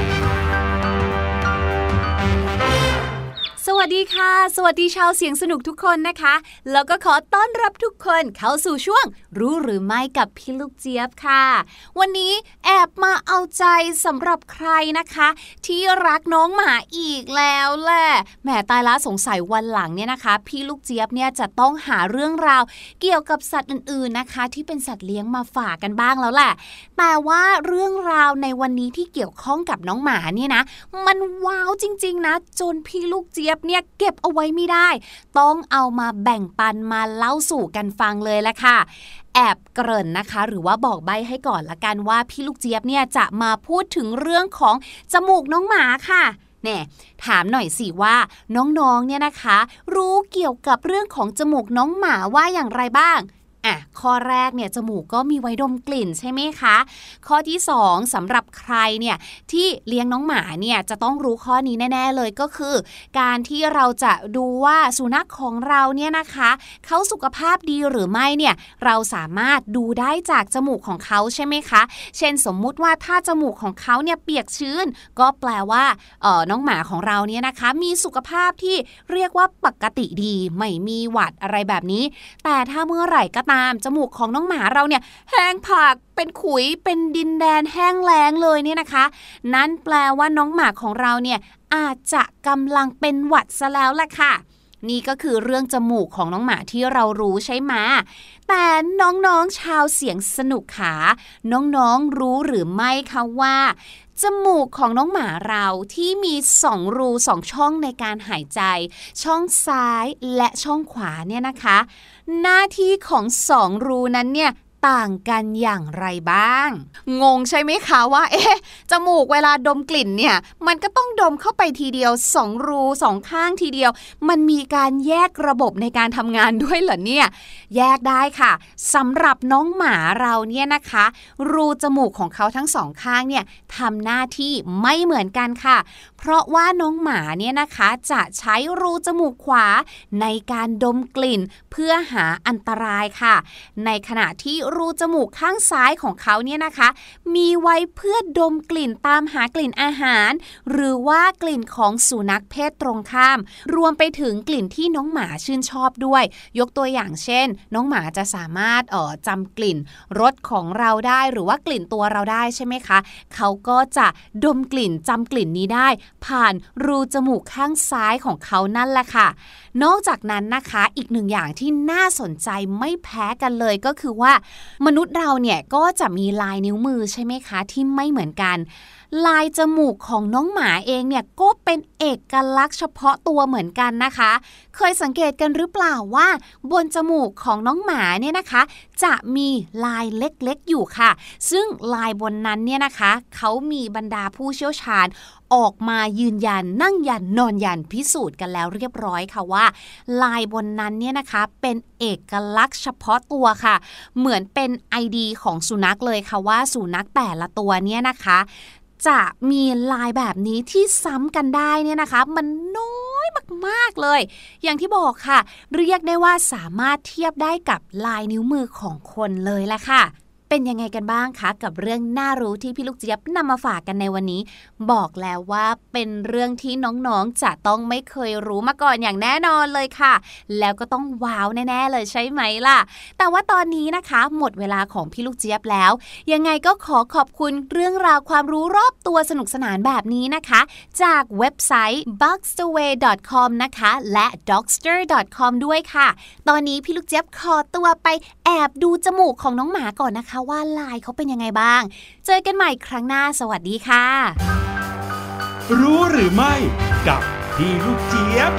สวัสดีค่ะสวัสดีชาวเสียงสนุกทุกคนนะคะแล้วก็ขอต้อนรับทุกคนเข้าสู่ช่วงรู้หรือไม่กับพี่ลูกเจี๊ยบค่ะวันนี้แอบมาเอาใจสำหรับใครนะคะที่รักน้องหมาอีกแล้วแหละแหมตายละสงสัยวันหลังเนี่ยนะคะพี่ลูกเจี๊ยบเนี่ยจะต้องหาเรื่องราวเกี่ยวกับสัตว์อื่นๆนะคะที่เป็นสัตว์เลี้ยงมาฝากกันบ้างแล้วแหละแต่ว่าเรื่องราวในวันนี้ที่เกี่ยวข้องกับน้องหมาเนี่ยนะมันว้าวจริงๆนะจนพี่ลูกเจี๊ยบเนี่ยเก็บเอาไว้ไม่ได้ต้องเอามาแบ่งปันมาเล่าสู่กันฟังเลยละค่ะแอบเกริ่นนะคะหรือว่าบอกใบ้ให้ก่อนละกันว่าพี่ลูกเจี๊ยบเนี่ยจะมาพูดถึงเรื่องของจมูกน้องหมาค่ะเนี่ยถามหน่อยสิว่าน้องๆเนี่ยนะคะรู้เกี่ยวกับเรื่องของจมูกน้องหมาว่าอย่างไรบ้างข้อแรกเนี่ยจมูกก็มีไว้ดมกลิ่นใช่ไหมคะข้อที่2สำหรับใครเนี่ยที่เลี้ยงน้องหมาเนี่ยจะต้องรู้ข้อนี้แน่ๆเลยก็คือการที่เราจะดูว่าสุนัขของเราเนี่ยนะคะเขาสุขภาพดีหรือไม่เนี่ยเราสามารถดูได้จากจมูกของเขาใช่ไหมคะเช่นสมมุติว่าถ้าจมูกของเขาเนี่ยเปียกชื้นก็แปลว่าน้องหมาของเราเนี่ยนะคะมีสุขภาพที่เรียกว่าปกติดีไม่มีหวัดอะไรแบบนี้แต่ถ้าเมื่อไหร่ก็ตามจมูกของน้องหมาเราเนี่ยแห้งผากเป็นขุยเป็นดินแดนแห้งแล้งเลยเนี่ยนะคะนั่นแปลว่าน้องหมาของเราเนี่ยอาจจะกำลังเป็นหวัดซะแล้วล่ะค่ะนี่ก็คือเรื่องจมูกของน้องหมาที่เรารู้ใช่ไหมแต่น้องๆชาวเสียงสนุกขาน้องๆรู้หรือไม่คะว่าจมูกของน้องหมาเราที่มี2รู2ช่องในการหายใจช่องซ้ายและช่องขวาเนี่ยนะคะหน้าที่ของ2รูนั้นเนี่ยต่างกันอย่างไรบ้างงงใช่ไหมคะว่าจมูกเวลาดมกลิ่นเนี่ยมันก็ต้องดมเข้าไปทีเดียว2รู2ข้างทีเดียวมันมีการแยกระบบในการทำงานด้วยเหรอเนี่ยแยกได้ค่ะสำหรับน้องหมาเราเนี่ยนะคะรูจมูกของเขาทั้ง2ข้างเนี่ยทำหน้าที่ไม่เหมือนกันค่ะเพราะว่าน้องหมาเนี่ยนะคะจะใช้รูจมูกขวาในการดมกลิ่นเพื่อหาอันตรายค่ะในขณะที่รูจมูกข้างซ้ายของเขาเนี่ยนะคะมีไว้เพื่อดมกลิ่นตามหากลิ่นอาหารหรือว่ากลิ่นของสุนัขเพศตรงข้ามรวมไปถึงกลิ่นที่น้องหมาชื่นชอบด้วยยกตัวอย่างเช่นน้องหมาจะสามารถจำกลิ่นรสของเราได้หรือว่ากลิ่นตัวเราได้ใช่ไหมคะเขาก็จะดมกลิ่นจำกลิ่นนี้ได้ผ่านรูจมูกข้างซ้ายของเขานั่นแหละค่ะนอกจากนั้นนะคะอีกหนึ่งอย่างที่น่าสนใจไม่แพ้กันเลยก็คือว่ามนุษย์เราเนี่ยก็จะมีลายนิ้วมือใช่ไหมคะที่ไม่เหมือนกันลายจมูกของน้องหมาเองเนี่ยก็เป็นเอกลักษณ์เฉพาะตัวเหมือนกันนะคะเคยสังเกตกันหรือเปล่าว่าบนจมูกของน้องหมาเนี่ยนะคะจะมีลายเล็กๆอยู่ค่ะซึ่งลายบนนั้นเนี่ยนะคะเขามีบรรดาผู้เชี่ยวชาญออกมายืนยันนั่งยันนอนยันพิสูจน์กันแล้วเรียบร้อยค่ะว่าลายบนนั้นเนี่ยนะคะเป็นเอกลักษณ์เฉพาะตัวค่ะเหมือนเป็น ID ของสุนัขเลยค่ะว่าสุนัขแต่ละตัวเนี่ยนะคะจะมีลายแบบนี้ที่ซ้ำกันได้เนี่ยนะคะมันน้อยมากๆเลยอย่างที่บอกค่ะเรียกได้ว่าสามารถเทียบได้กับลายนิ้วมือของคนเลยแหละค่ะเป็นยังไงกันบ้างคะกับเรื่องน่ารู้ที่พี่ลูกเจี๊ยบนำมาฝากกันในวันนี้บอกแล้วว่าเป็นเรื่องที่น้องๆจะต้องไม่เคยรู้มาก่อนอย่างแน่นอนเลยค่ะแล้วก็ต้องว้าวแน่ๆเลยใช่ไหมล่ะแต่ว่าตอนนี้นะคะหมดเวลาของพี่ลูกเจี๊ยบแล้วยังไงก็ขอบคุณเรื่องราวความรู้รอบตัวสนุกสนานแบบนี้นะคะจากเว็บไซต์ boxstoway.com นะคะและ dogster.com ด้วยค่ะตอนนี้พี่ลูกเจี๊ยบขอตัวไปแอบดูจมูกของน้องหมาก่อนนะคะว่าลายเขาเป็นยังไงบ้างเจอกันใหม่ครั้งหน้าสวัสดีค่ะรู้หรือไม่กับพี่ลูกเจี๊ยบ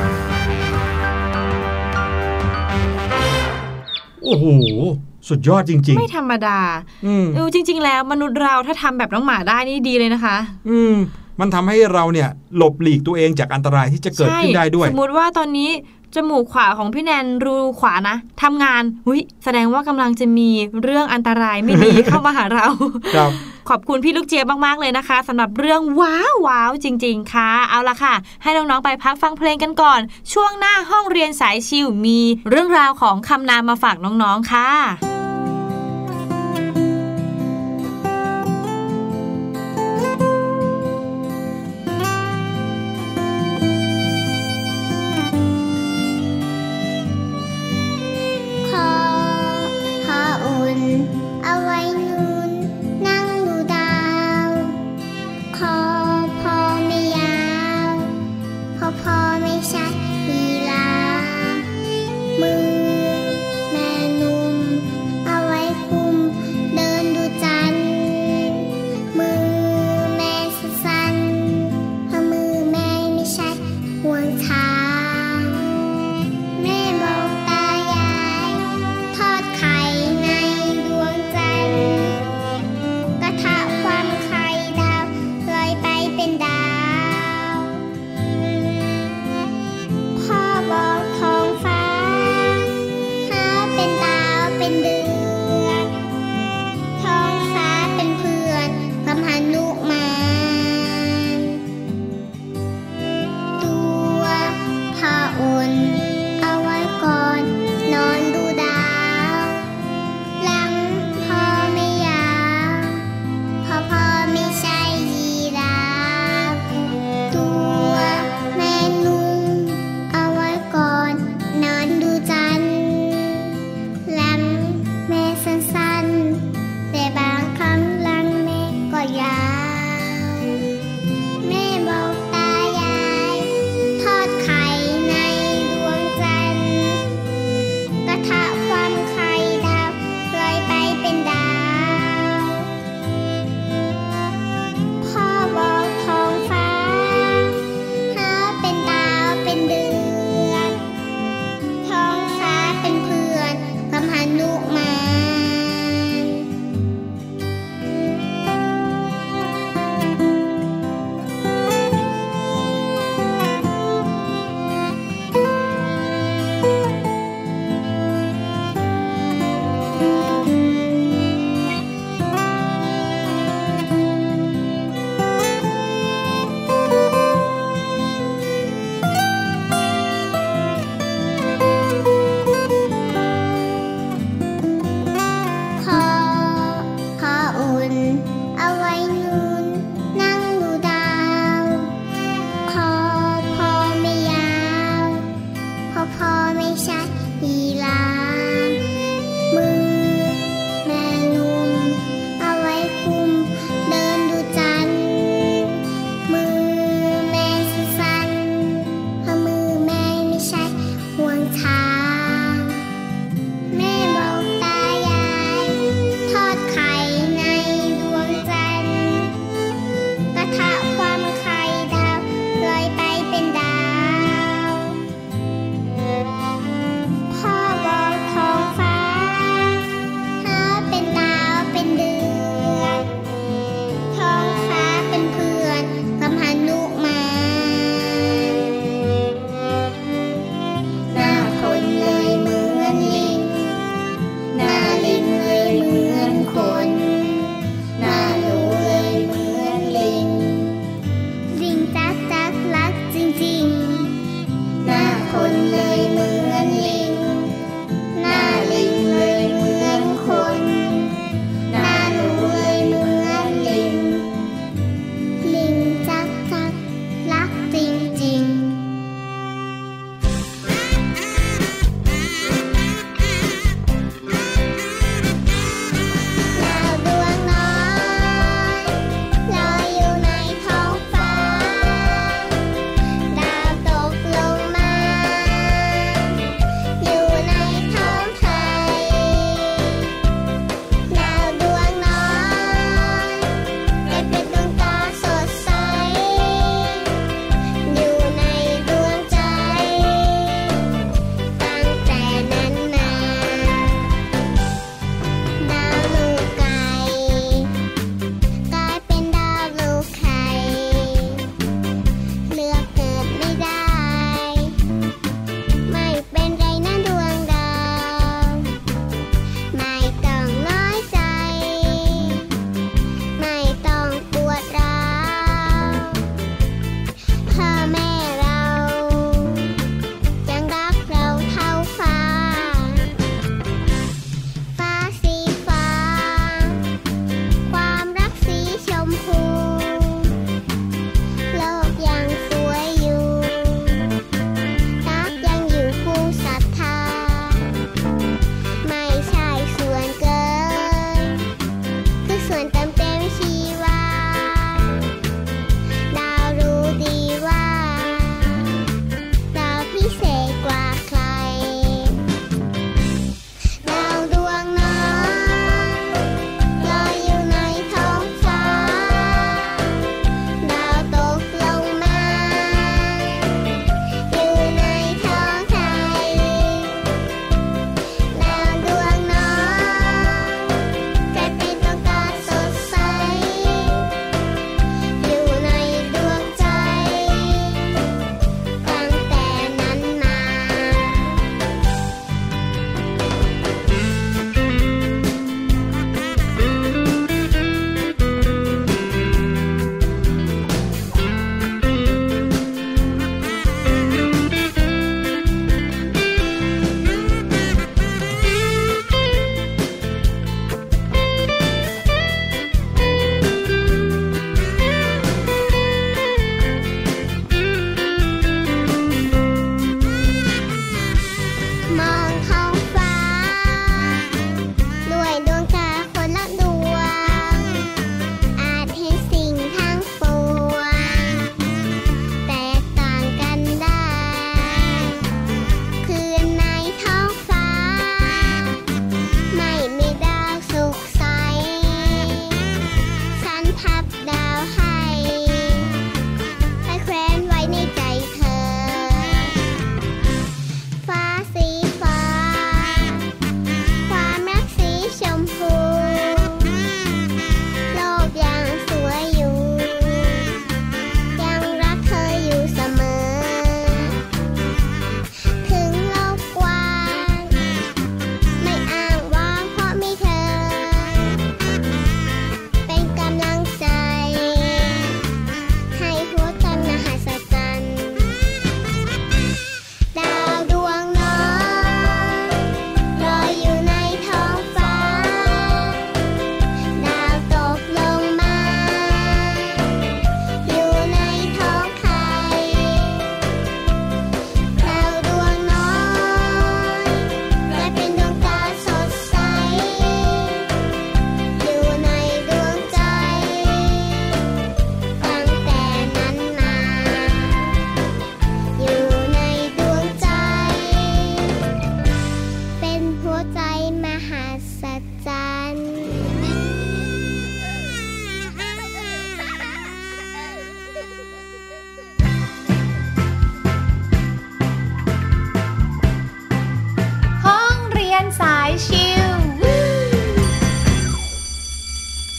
โอ้โหสุดยอดจริงๆไม่ธรรมดาจริงๆแล้วมนุษย์เราถ้าทำแบบน้องหมาได้นี่ดีเลยนะคะมันทำให้เราเนี่ยหลบหลีกตัวเองจากอันตรายที่จะเกิดขึ้นได้ด้วยสมมติว่าตอนนี้จมูกขวาของพี่แนนรูขวานะทำงานแสดงว่ากำลังจะมีเรื่องอันตรายไม่ดีเข้ามาหาเราครับขอบคุณพี่ลูกเจี๊ยบมากๆเลยนะคะสำหรับเรื่องว้าวจริงๆค่ะเอาล่ะค่ะให้น้องๆไปพักฟังเพลงกันก่อนช่วงหน้าห้องเรียนสายชิลมีเรื่องราวของคำนามมาฝากน้องๆค่ะเอาไว้นูนนั่งดูดาวคอพอไม่ยาวพอไม่ชัดลีลามือแม่นุ่ม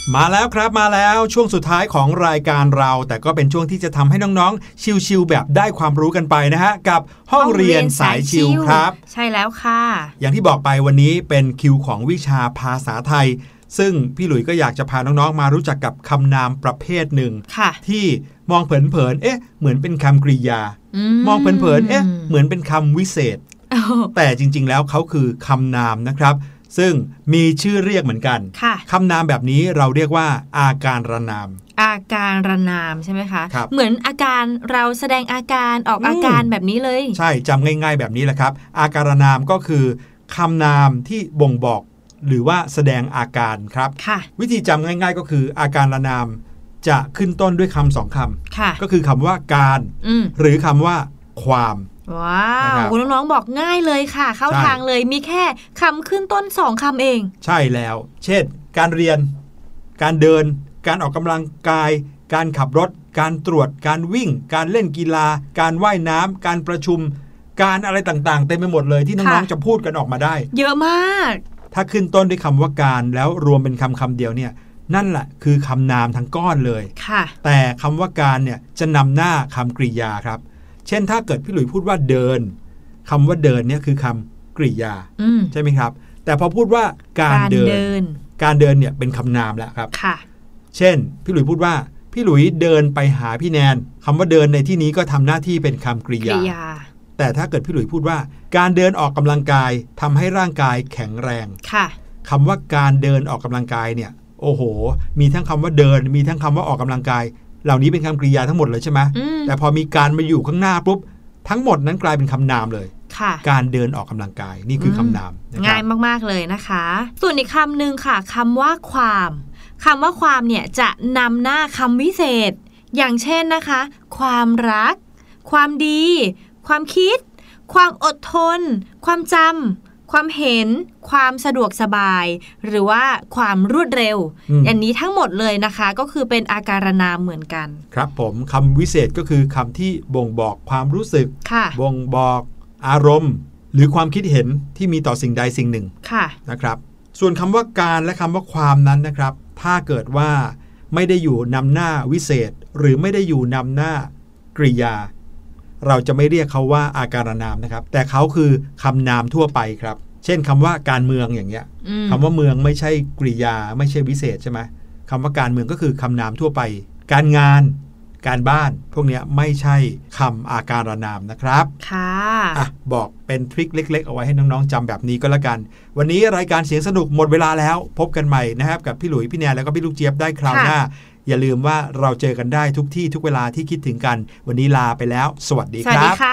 มาแล้วครับมาแล้วช่วงสุดท้ายของรายการเราแต่ก็เป็นช่วงที่จะทำให้น้องๆชิลๆแบบได้ความรู้กันไปนะฮะกับห้องเรียนสายชิลครับใช่แล้วค่ะอย่างที่บอกไปวันนี้เป็นคิวของวิชาภาษาไทยซึ่งพี่หลุยก็อยากจะพาน้องๆมารู้จักกับคำนามประเภทหนึ่งที่มองเผินๆเหมือนเป็นคำกริยามองเผินๆเหมือนเป็นคำวิเศษแต่จริงๆแล้วเขาคือคำนามนะครับซึ่งมีชื่อเรียกเหมือนกันคำนามแบบนี้เราเรียกว่าอาการรนามอาการรนามใช่ไหมคะครับเหมือนอาการเราแสดงอาการออกอาการแบบนี้เลยใช่จำง่ายๆแบบนี้แหละครับอาการรนามก็คือคำนามที่บ่งบอกหรือว่าแสดงอาการครับวิธีจำง่ายๆก็คืออาการรนามจะขึ้นต้นด้วยคำสองคำก็คือคำว่าการหรือคำว่าความว้าวคุณน้องๆบอกง่ายเลยค่ะเข้าทางเลยมีแค่คำขึ้นต้น2คำเองใช่แล้วเช่นการเรียนการเดินการออกกำลังกายการขับรถการตรวจการวิ่งการเล่นกีฬาการว่ายน้ำการประชุมการอะไรต่างๆเต็มไปหมดเลยที่น้องๆจะพูดกันออกมาได้เยอะมากถ้าขึ้นต้นด้วยคำว่าการแล้วรวมเป็นคำเดียวเนี่ยนั่นแหละคือคำนามทั้งก้อนเลยแต่คำว่าการเนี่ยจะนำหน้าคำกริยาครับเช่นถ้าเกิดพี่หลุยพูดว่าเดินคำว่าเดินเนี่ยคือคำกริยาใช่ไหมครับแต่พอพูดว่าการเดินเนี่ยเป็นคำนามแล้วครับเช่นพี่หลุยพูดว่าพี่หลุยเดินไปหาพี่แนนคำว่าเดินในที่นี้ก็ทำหน้าที่เป็นคำกริยาแต่ถ้าเกิดพี่หลุยพูดว่าการเดินออกกำลังกายทำให้ร่างกายแข็งแรงคำว่าการเดินออกกำลังกายเนี่ยโอ้โหมีทั้งคำว่าเดินมีทั้งคำว่าออกกำลังกายเหล่านี้เป็นคำกริยาทั้งหมดเลยใช่ไหมแต่พอมีการมาอยู่ข้างหน้าปุ๊บทั้งหมดนั้นกลายเป็นคำนามเลยการเดินออกกำลังกายนี่คือคำนามง่ายมากๆเลยนะคะส่วนอีกคำหนึ่งค่ะคำว่าความเนี่ยจะนำหน้าคำวิเศษอย่างเช่นนะคะความรักความดีความคิดความอดทนความจำความเห็นความสะดวกสบายหรือว่าความรวดเร็วอันนี้ทั้งหมดเลยนะคะก็คือเป็นอาการนามเหมือนกันครับผมคำวิเศษก็คือคำที่บ่งบอกความรู้สึกบ่งบอกอารมณ์หรือความคิดเห็นที่มีต่อสิ่งใดสิ่งหนึ่งนะครับส่วนคำว่าการและคำว่าความนั้นนะครับถ้าเกิดว่าไม่ได้อยู่นำหน้าวิเศษหรือไม่ได้อยู่นำหน้ากริยาเราจะไม่เรียกเขาว่าอาการนามนะครับแต่เขาคือคำนามทั่วไปครับเช่นคำว่าการเมืองอย่างเงี้ยคำว่าเมืองไม่ใช่กริยาไม่ใช่วิเศษใช่ไหมคำว่าการเมืองก็คือคำนามทั่วไปการงานการบ้านพวกนี้ไม่ใช่คำอาการนามนะครับค่ะบอกเป็นทริคเล็กๆเอาไว้ให้น้องๆจำแบบนี้ก็แล้วกันวันนี้รายการเสียงสนุกหมดเวลาแล้วพบกันใหม่นะครับกับพี่หลุยพี่แนนแล้วก็พี่ลูกเจี๊ยบได้คราวหน้าอย่าลืมว่าเราเจอกันได้ทุกที่ทุกเวลาที่คิดถึงกันวันนี้ลาไปแล้วสวัสดีครับสวัสดีค่ะ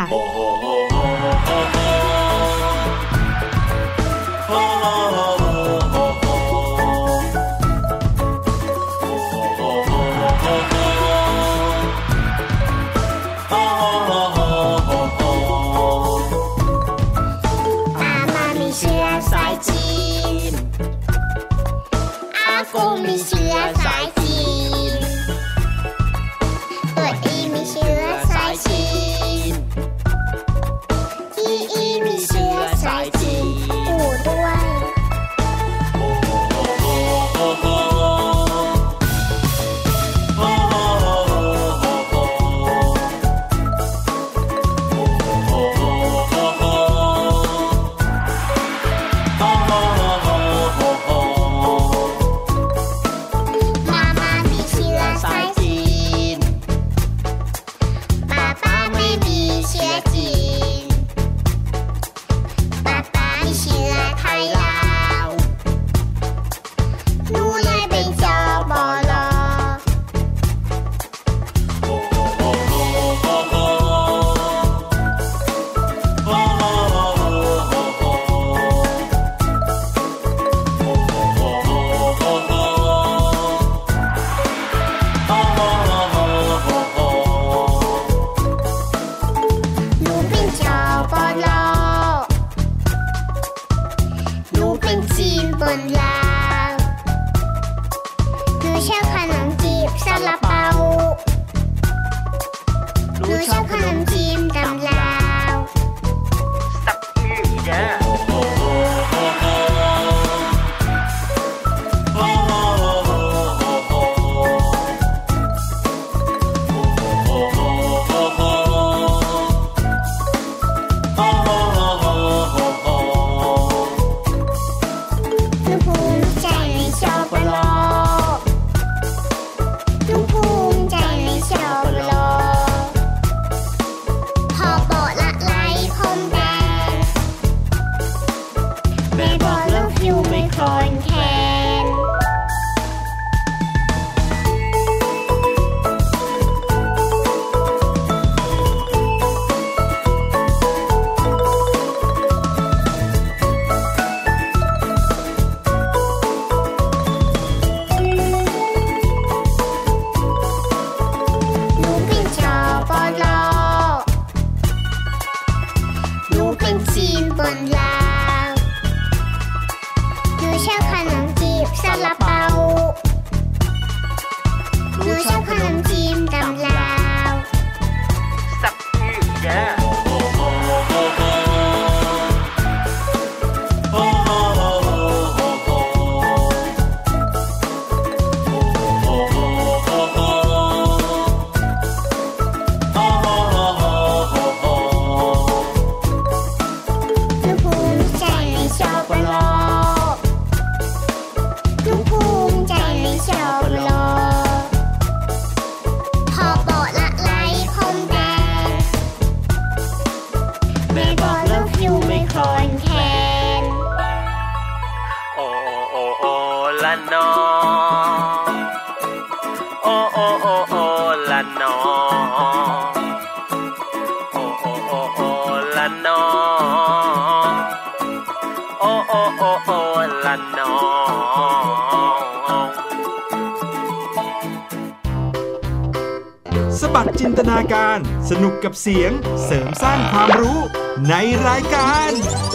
มีเชื้อสายจีนตัวอีมีเชื้อสายจีนสบัดจินตนาการสนุกกับเสียงเสริมสร้างความรู้ในรายการ